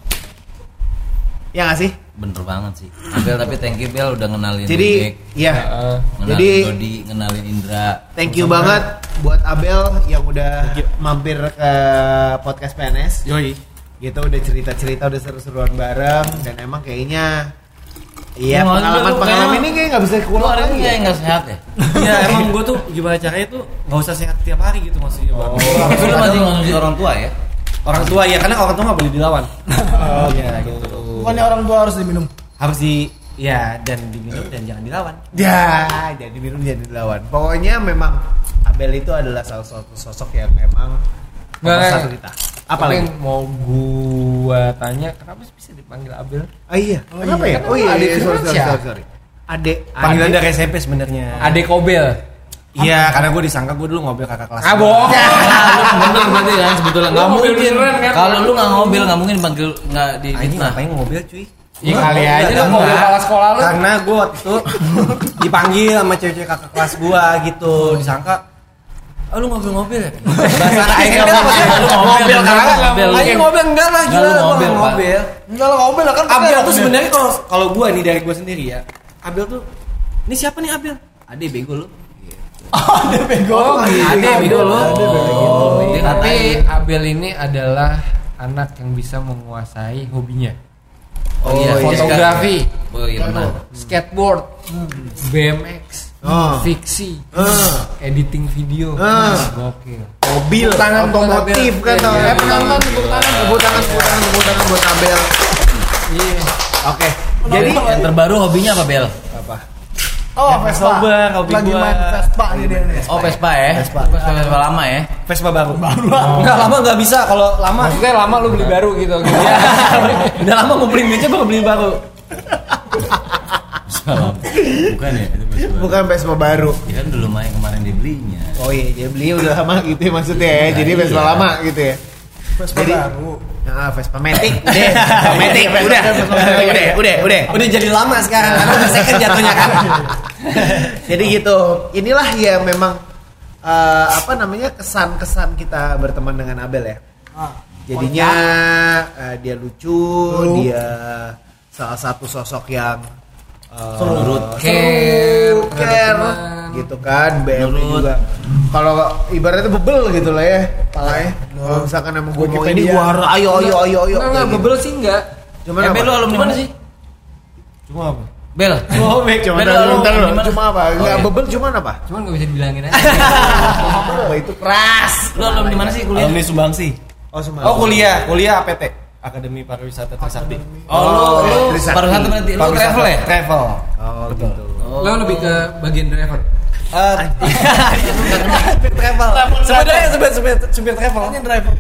Ya nggak sih? Bener banget sih Abel, tapi thank you Bel udah ngenalin Jadi Bebek, ya ngenalin jadi Dodi, ngenalin Indra. thank you banget buat Abel yang udah mampir ke podcast PNS. Yoi. Gitu udah cerita-cerita, udah seru-seruan bareng, dan emang kayaknya iya, pengalaman ini kayak nggak bisa Lu keulang hari ini lagi. kayak nggak sehat ya? Iya emang gue tuh gimana caranya tuh nggak usah sehat tiap hari gitu maksudnya. Tapi lu masih ngonsumsi orang tua ya? Orang tua ya, karena orang tua nggak boleh dilawan. Iya gitu. Bukannya orang tua harus diminum. Harus dan diminum dan jangan dilawan. Ya, jadi minum jadi dilawan. Pokoknya memang Abel itu adalah salah satu sosok yang memang pemersatu kita. Apa lagi? Yang mau gua tanya, kenapa sih bisa dipanggil Abel? Oh iya. Kenapa ya? Oh iya, sorry. Adek. Panggilan dari SMP sebenarnya. Adek Kobel. Iya, karena gue disangka gue dulu ngobrol kakak kelas. bohong. Lu bener berarti kan sebetulnya nggak Lu mungkin. beneran kan? Kalau lu nggak ngobrol nggak mungkin panggil nggak di Anjing fitnah. ngapain ngobrol cuy? Iya kali aja lu ngobrol kepala sekolah lu. Karena gue waktu itu dipanggil sama cewek-cewek kakak kelas gue gitu, disangka lu ngobrol-ngobrol ya? Bahasa aing kan Lu ngobrol kagak. Aing ngobrol enggak lah, gila Lu gua ngobrol, Pak. ngobrol. Enggak lah ngobrol lah kan. Abel tuh sebenarnya kalau gue nih dari gue sendiri ya, Abel tuh ini siapa nih Abel? Ade bego lu. Ada bego. Ade bego lu. Oh, Tapi Abel ini adalah anak yang bisa menguasai hobinya. fotografi, pernah. skateboard, BMX, fiksi, editing video, gokil. Mobil, otomotif kan. Penonton tepuk tangan buat Abel. Iya. Oke. Jadi yang terbaru hobinya apa, Bel? Vespa. Lagi main Vespa nih dia nih. Vespa ya? Vespa lama ya? Vespa baru. Enggak lama enggak bisa, kalau lama maksudnya lama lu beli baru gitu. Udah lama ngumpulin duitnya baru beli baru. Bukan ya? Bukan Vespa baru. Ya kan dulu kemarin dibelinya. Oh iya, dia beli udah lama gitu ya maksudnya ya. Jadi Vespa lama gitu ya. Vespa baru. Nah, Vespa Matic. Udah Udah jadi lama sekarang karena udah second jatuhnya kan. Jadi gitu. Inilah ya memang kesan-kesan kita berteman dengan Abel ya. Jadinya dia lucu, dia salah satu sosok yang care gitu kan. BM juga kalau ibaratnya bebel gitu lah ya palanya. Kalau misalkan emang gue mau ini gue harus ayo enggak bebel sih enggak. Cuman Bel, lu alumni mana sih? Cuma apa? Bel. Cuma apa? Enggak bebel cuman apa? Cuman enggak bisa dibilangin aja. Itu keras. Lu alumni mana sih kuliah? Alumni Sumbangsi. Oh, kuliah APT. Akademi Pariwisata Trisakti. Lu pariwisata berarti lu travel ya? Travel. Oh, gitu. Lo lebih ke bagian driver. Travel. Sebenarnya supir travel. Ini driver.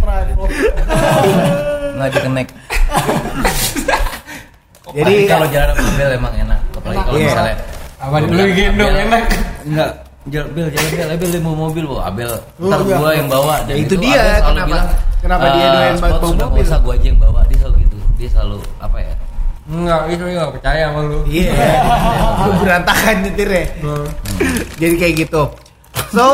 Nggak dikenek. Jadi kalau jalan sama Bel emang enak. Apalagi kalau misalnya Apa dulu gendong enak. Enggak, Bel mau mobil bawa Abel. Ntar gua yang bawa. Dan itu dia kenapa dia doyan banget bawa mobil. Usah gua aja yang bawa, dia selalu gitu. Dia selalu apa ya? Enggak, itu enggak percaya sama lu. Iya. Lu berantakan nyetirnya. Jadi kayak gitu. So,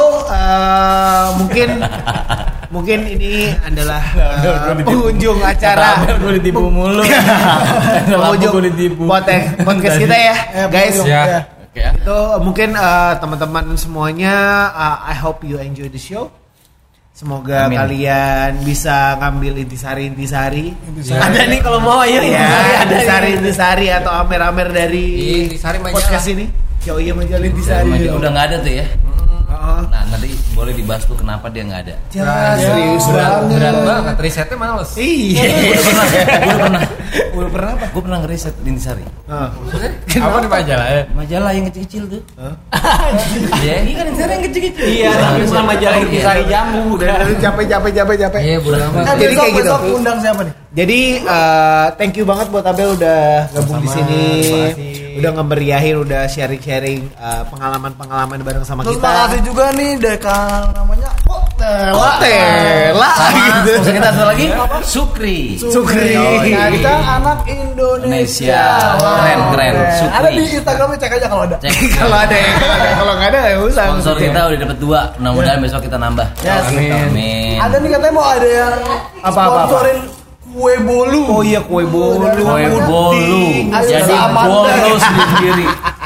mungkin ini adalah pengunjung acara. Gue ditipu mulu. Pengunjung podcast kita ya, guys. Ya. Itu mungkin teman-teman semuanya, I hope you enjoy the show. Semoga kalian bisa ngambil intisari. Ada nih kalau mau ayo ya. Intisari atau amer-amer dari podcast ini. Yo iya majalah intisari. Udah nggak ada tuh ya. Nah nanti boleh dibahas tuh kenapa dia nggak ada. Serius berat banget. Risetnya males. Iya. Gue pernah apa? Gue pernah ngeriset di Intisari. Apa di majalah ya? Majalah yang kecil-kecil tuh. Iya, ini kan Intisari yang kecil-kecil. Iya, tapi bukan majalah Intisari jambu. Udah capek. Iya, bodo amat. Jadi kayak gitu. Besok undang siapa nih? Jadi thank you banget buat Abel udah gabung di sini. Udah ngemeriahin, udah sharing-sharing pengalaman-pengalaman bareng sama Terus kita. Terima kasih juga nih dekan namanya Otela gitu. Terus kita satu lagi Sukri. Nah, kita anak Indonesia. Keren Sukri. Ada di Instagramnya, cek aja kalau ada. Kalau ada kalau nggak ada ya usah. Sponsor kita udah dapat 2. Mudah-mudahan besok kita nambah. Amin. Ada nih katanya mau ada yang sponsorin kue bolu. Oh iya kue bolu. Jadi bolu sendiri.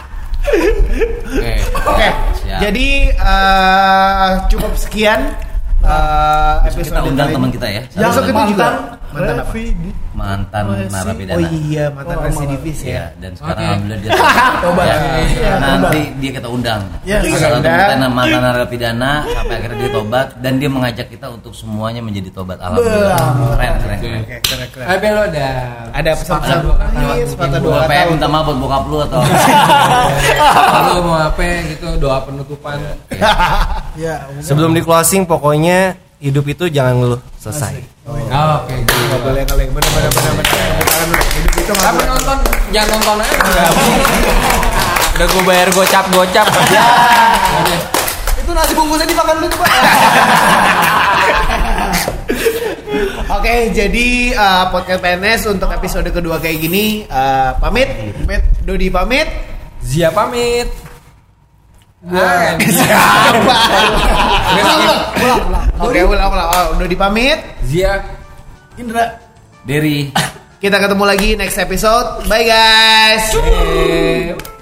Oke. Jadi cukup sekian episode kita undang teman kita ya. Besok kita juga mantan apa? Mantan narapidana. Oh iya, mantan residivis ya. Dan sekarang alhamdulillah dia tobat. Nanti dia kita undang. Salah satu kita mantan narapidana sampai akhirnya dia tobat dan dia mengajak kita untuk semuanya menjadi tobat. Alhamdulillah. Keren. Abel lo ada pesan-pesan sepatah dua apa ya, minta maaf buat bokap lu atau lu mau apa gitu, doa penutupan. Ya, Sebelum di closing pokoknya hidup itu jangan ngeluh, selesai. Oke. Nggak boleh bener. Hidup itu nggak boleh. Nonton, jangan nonton aja. Udah gue bayar gocap. itu nasi bungkusnya dimakan dulu coba. Oke, jadi podcast PNS untuk episode kedua kayak gini pamit. Dodi pamit. Zia pamit. Siapa? Oke, ulang. Dodi pamit. Zia. Indra. Derry. Kita ketemu lagi next episode. Bye guys.